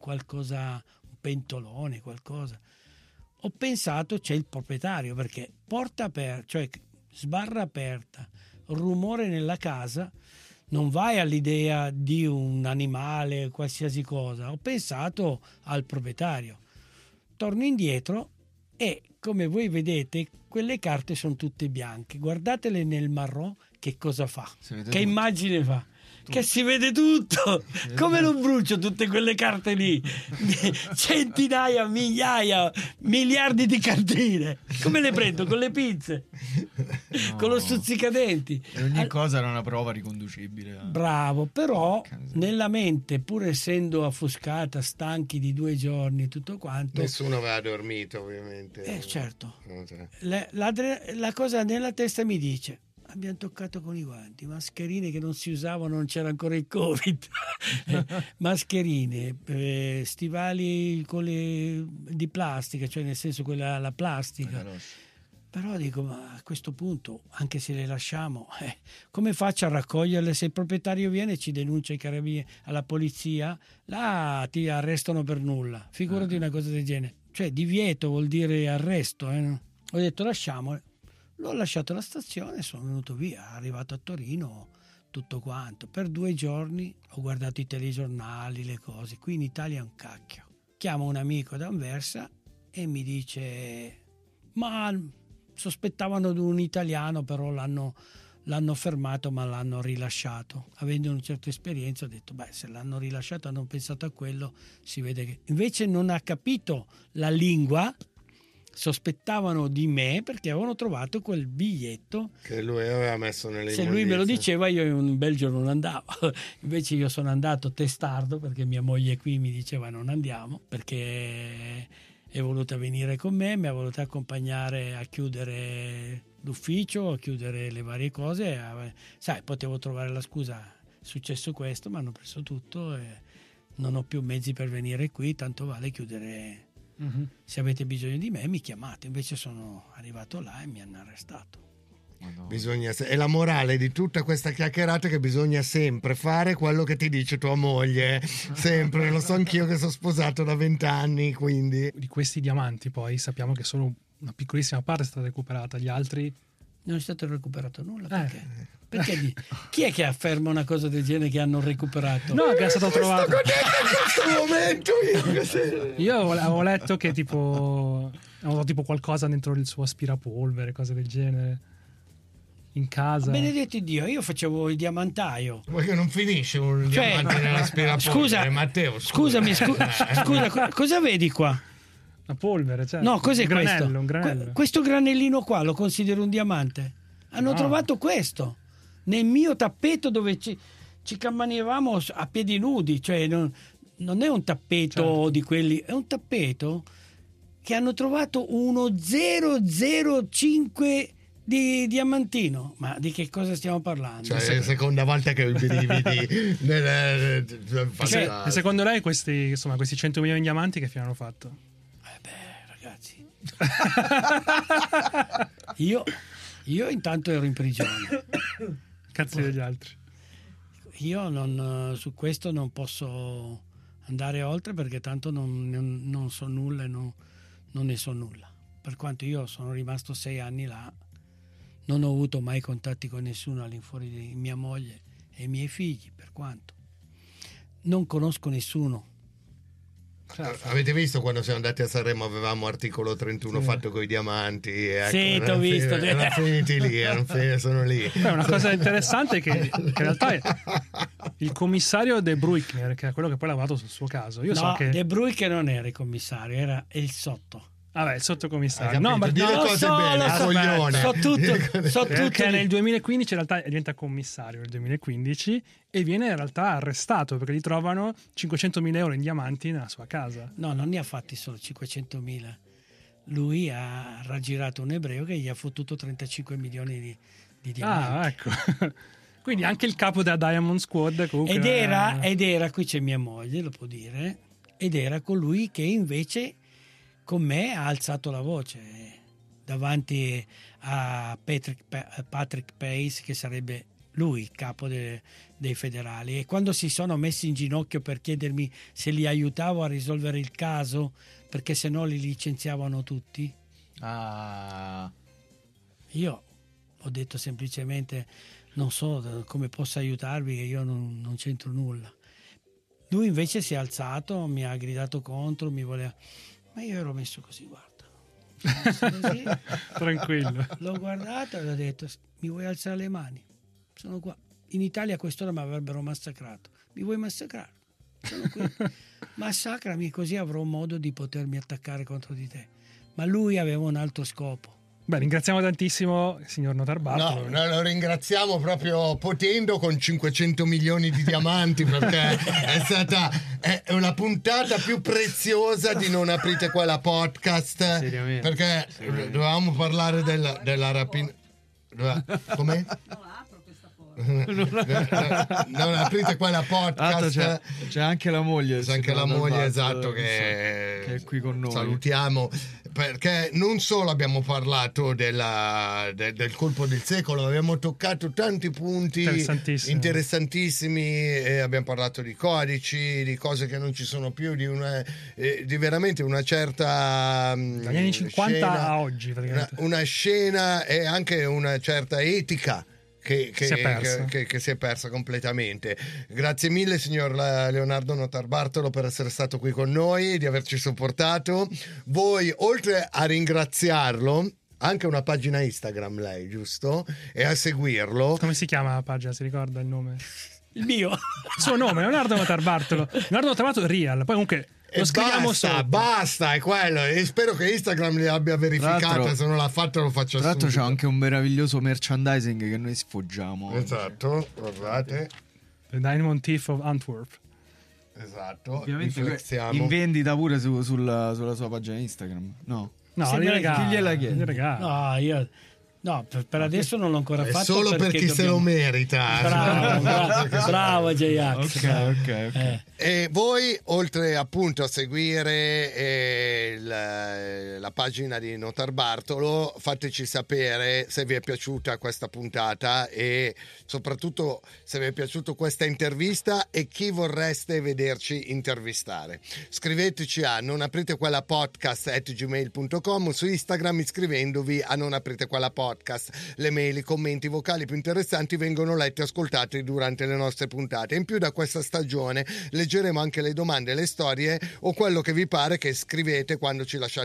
pentolone, qualcosa. Ho pensato c'è il proprietario, perché porta aperta, cioè sbarra aperta, rumore nella casa, non vai all'idea di un animale, qualsiasi cosa. Ho pensato al proprietario. Torno indietro e, come voi vedete, quelle carte sono tutte bianche. Guardatele nel marron, che cosa fa? Che immagine fa? Che si vede tutto. Come non brucio tutte quelle carte lì? Centinaia, migliaia, miliardi di cartine. Come le prendo? Con le pinze? No. Con lo stuzzicadenti. E ogni cosa era una prova riconducibile. Bravo, però nella mente, pur essendo affoscata, stanchi di 2 giorni e tutto quanto, nessuno aveva dormito, ovviamente. Certo. La cosa nella testa mi dice: abbiamo toccato con i guanti, mascherine che non si usavano, non c'era ancora il Covid, mascherine, stivali di plastica, cioè nel senso quella la plastica. Però dico, ma a questo punto, anche se le lasciamo, come faccio a raccoglierle? Se il proprietario viene e ci denuncia i carabinieri alla polizia, là ti arrestano per nulla. Figurati una cosa del genere. Cioè divieto vuol dire arresto. No? Ho detto lasciamole. L'ho lasciato alla stazione, sono venuto via, arrivato a Torino, tutto quanto. Per 2 giorni ho guardato i telegiornali, le cose. Qui in Italia è un cacchio. Chiamo un amico da Anversa e mi dice, ma sospettavano di un italiano, però l'hanno fermato ma l'hanno rilasciato. Avendo una certa esperienza ho detto, se l'hanno rilasciato, hanno pensato a quello, si vede che invece non ha capito la lingua. Sospettavano di me perché avevano trovato quel biglietto che lui aveva messo nelle Se lui me lo diceva, io in Belgio non andavo. Invece io sono andato testardo perché mia moglie qui mi diceva non andiamo, perché è voluta venire con me, mi ha voluto accompagnare a chiudere l'ufficio, a chiudere le varie cose. Sai, potevo trovare la scusa, è successo questo, mi hanno preso tutto e non ho più mezzi per venire qui, tanto vale chiudere. Se avete bisogno di me mi chiamate. Invece sono arrivato là e mi hanno arrestato. È la morale di tutta questa chiacchierata, che bisogna sempre fare quello che ti dice tua moglie, sempre. Lo so anch'io che sono sposato da 20 anni, quindi. Di questi diamanti poi sappiamo che solo una piccolissima parte è stata recuperata, gli altri non è stato recuperato nulla. Perché chi è che afferma una cosa del genere che hanno recuperato? No, che è stato trovato in questo momento. Io avevo letto che tipo qualcosa dentro il suo aspirapolvere, cose del genere. in casa. Benedetti Dio, io facevo il diamantaio. Perché non finisce un diamante nell'aspirapolvere, Matteo? Scusami, scusa, cosa vedi qua? Una polvere, cioè. No, cos'è questo? Un granello. Questo granellino qua lo considero un diamante? Hanno trovato questo nel mio tappeto dove ci camminavamo a piedi nudi, cioè non è un tappeto di quelli, è un tappeto che hanno trovato uno 005 di diamantino. Ma di che cosa stiamo parlando? Cioè, è la seconda volta che ho i brividi. E secondo lei questi 100 milioni di diamanti che fine hanno fatto? Ragazzi, io intanto ero in prigione. Cazzi degli altri. Io su questo non posso andare oltre, perché tanto non so nulla e non ne so nulla. Per quanto io sono rimasto 6 anni là, non ho avuto mai contatti con nessuno all'infuori di mia moglie e i miei figli, per quanto non conosco nessuno. Avete visto quando siamo andati a Sanremo avevamo articolo 31 fatto con i diamanti, ecco, sì, t'ho visto, erano finiti lì, sono lì. Una cosa interessante è che in realtà è il commissario De Bruyker, che è quello che poi ha lavorato sul suo caso. No, De Bruyker non era il commissario, era il sotto. Vabbè, il sottocommissario. No, ma dire cose bene, coglione. So tutto che nel 2015 in realtà diventa commissario nel 2015 e viene in realtà arrestato perché gli trovano 500.000 euro in diamanti nella sua casa. No, non ne ha fatti solo 500.000. Lui ha raggirato un ebreo che gli ha fottuto 35 milioni di diamanti. Ah, ecco. Quindi anche il capo della Diamond Squad comunque ed era, qui c'è mia moglie, lo può dire, ed era colui che invece con me ha alzato la voce davanti a Patrick Pace, che sarebbe lui il capo dei federali, e quando si sono messi in ginocchio per chiedermi se li aiutavo a risolvere il caso, perché se no li licenziavano tutti, io ho detto semplicemente non so come posso aiutarvi, che io non c'entro nulla. Lui invece si è alzato, mi ha gridato contro, mi voleva... Ma io ero messo così, guarda. Così. Tranquillo. L'ho guardato e gli ho detto: mi vuoi alzare le mani? Sono qua. In Italia a quest'ora mi avrebbero massacrato. Mi vuoi massacrare? Sono qui. Massacrami, così avrò modo di potermi attaccare contro di te. Ma lui aveva un altro scopo. Beh, ringraziamo tantissimo il signor Notarbartolo. No, lo ringraziamo proprio potendo con 500 milioni di diamanti, perché è stata una puntata più preziosa di Non aprite qua la podcast. Seriamente. Perché dovevamo parlare della rapina. Come? Non aprite qua la podcast. C'è anche la moglie. C'è anche la moglie, esatto, che è qui con noi. Salutiamo, perché non solo abbiamo parlato del colpo del secolo, abbiamo toccato tanti punti interessantissimi, e abbiamo parlato di codici, di cose che non ci sono più, di veramente una certa dagli anni 50 scena, a oggi una scena e anche una certa etica che si è persa completamente. Grazie mille signor Leonardo Notarbartolo per essere stato qui con noi, di averci supportato. Voi, oltre a ringraziarlo, anche una pagina Instagram lei, giusto? E a seguirlo. Come si chiama la pagina? Si ricorda il nome? Il mio. Il suo nome, Leonardo Notarbartolo. Leonardo Notarbartolo Real. Poi comunque lo scriviamo basta, è quello. E spero che Instagram li abbia verificate. Se non l'ha fatto lo faccio subito. Tra l'altro c'è anche un meraviglioso merchandising che noi sfoggiamo. Esatto, guardate. The Diamond Thief of Antwerp. Esatto. Ovviamente in vendita pure sulla sua pagina Instagram. No, chi gliela chiede? No, per adesso non l'ho ancora fatto. È solo per chi se lo merita. Bravo J-Ax. Ok. E voi, oltre appunto a seguire la pagina di Notarbartolo, fateci sapere se vi è piaciuta questa puntata e soprattutto se vi è piaciuta questa intervista e chi vorreste vederci intervistare. Scriveteci a nonapritepodcast@gmail.com, su Instagram iscrivendovi a Non aprite qua la podcast. Le mail, i commenti vocali più interessanti vengono letti e ascoltati durante le nostre puntate. In più, da questa stagione leggeremo anche le domande, le storie o quello che vi pare che scrivete quando ci lasciate una recensione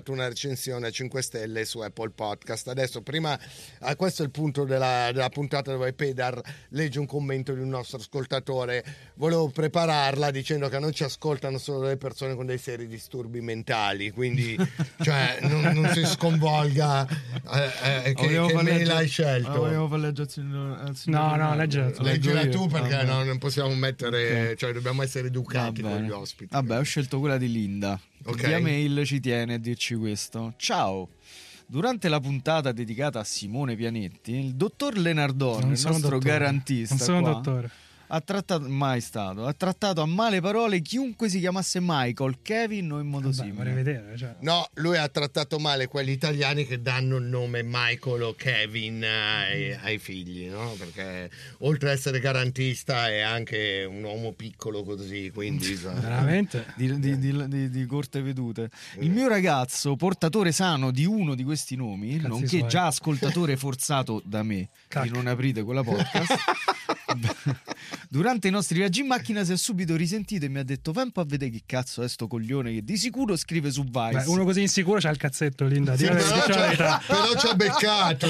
recensione a 5 stelle su Apple Podcast. Adesso, prima, questo è il punto della puntata dove Pedar legge un commento di un nostro ascoltatore. Volevo prepararla dicendo che non ci ascoltano solo le persone con dei seri disturbi mentali, quindi cioè, non si sconvolga che me l'hai scelto. Volevo far leggere No, leggila tu, perché non possiamo mettere, cioè dobbiamo essere educati con gli ospiti. Vabbè, ho scelto quella di Linda. Via mail ci tiene a dirci questo. Ciao. Durante la puntata dedicata a Simone Pianetti, il dottor Lenardone, il nostro garantista, non sono dottore, ha trattato a male parole chiunque si chiamasse Michael, Kevin o in modo simile. Vedere, cioè. No, lui ha trattato male quelli italiani che danno il nome Michael o Kevin ai figli, no? Perché oltre ad essere garantista è anche un uomo piccolo così, quindi veramente di corte vedute. Il mio ragazzo, portatore sano di uno di questi nomi, nonché già ascoltatore forzato da me di Non aprite quella podcast, durante i nostri viaggi in macchina si è subito risentito e mi ha detto: vai un po' a vedere che cazzo è sto coglione che di sicuro scrive su Vice. Beh, uno così insicuro c'ha il cazzetto, Linda. Sì, però ci ha beccato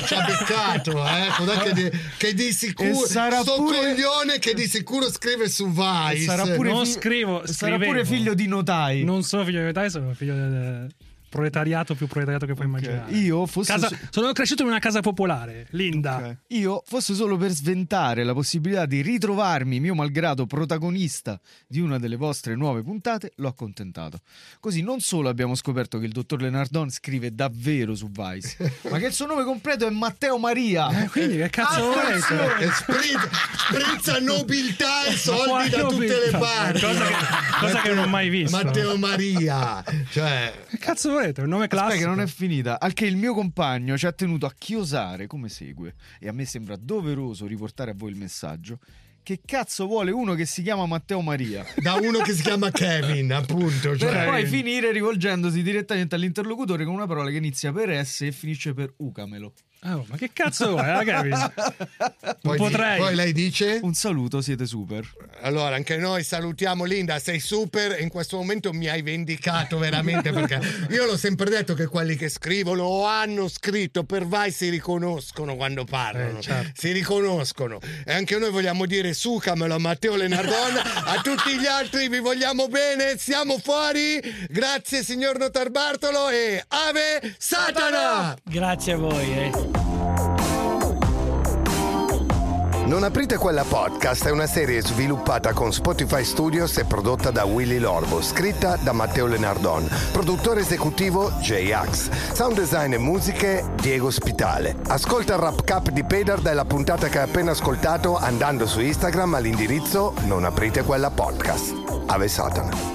che di sicuro sto coglione che di sicuro scrive su Vice. Sarà pure figlio di notai. Non sono figlio di notai, sono figlio del proletariato più proletariato che puoi immaginare. Sono cresciuto in una casa popolare, Linda. Okay. Io, fosse solo per sventare la possibilità di ritrovarmi, mio malgrado, protagonista di una delle vostre nuove puntate, l'ho accontentato. Così non solo abbiamo scoperto che il dottor Lenardone scrive davvero su Vice, ma che il suo nome completo è Matteo Maria. Quindi che cazzo volete? Sprizza nobiltà e soldi da tutte le parti. Cosa che non ho mai visto. Matteo Maria. Cioè, che cazzo volete? Un nome classico. Aspetta, che non è finita. Al che il mio compagno ci ha tenuto a chiosare come segue, e a me sembra doveroso riportare a voi il messaggio. Che cazzo vuole uno che si chiama Matteo Maria? Da uno che si chiama Kevin, appunto. Cioè. Per poi finire rivolgendosi direttamente all'interlocutore con una parola che inizia per S e finisce per Ucamelo. Oh, ma che cazzo vuoi, Kevin? Poi lei dice: un saluto, siete super. Allora, anche noi salutiamo Linda, sei super e in questo momento mi hai vendicato veramente, perché io l'ho sempre detto che quelli che scrivono o hanno scritto per Vice si riconoscono quando parlano, certo. Si riconoscono, e anche noi vogliamo dire sucamelo a Matteo Lenardone. A tutti gli altri vi vogliamo bene, siamo fuori, grazie signor Notarbartolo e Ave Satana. Grazie a voi. Non aprite quella podcast è una serie sviluppata con Spotify Studios e prodotta da Willy Lorbo, scritta da Matteo Lenardone, produttore esecutivo J-Ax, sound design e musiche Diego Spitale. Ascolta il Rap Cap di Pedar della puntata che hai appena ascoltato andando su Instagram all'indirizzo Non aprite quella podcast. Ave Satana.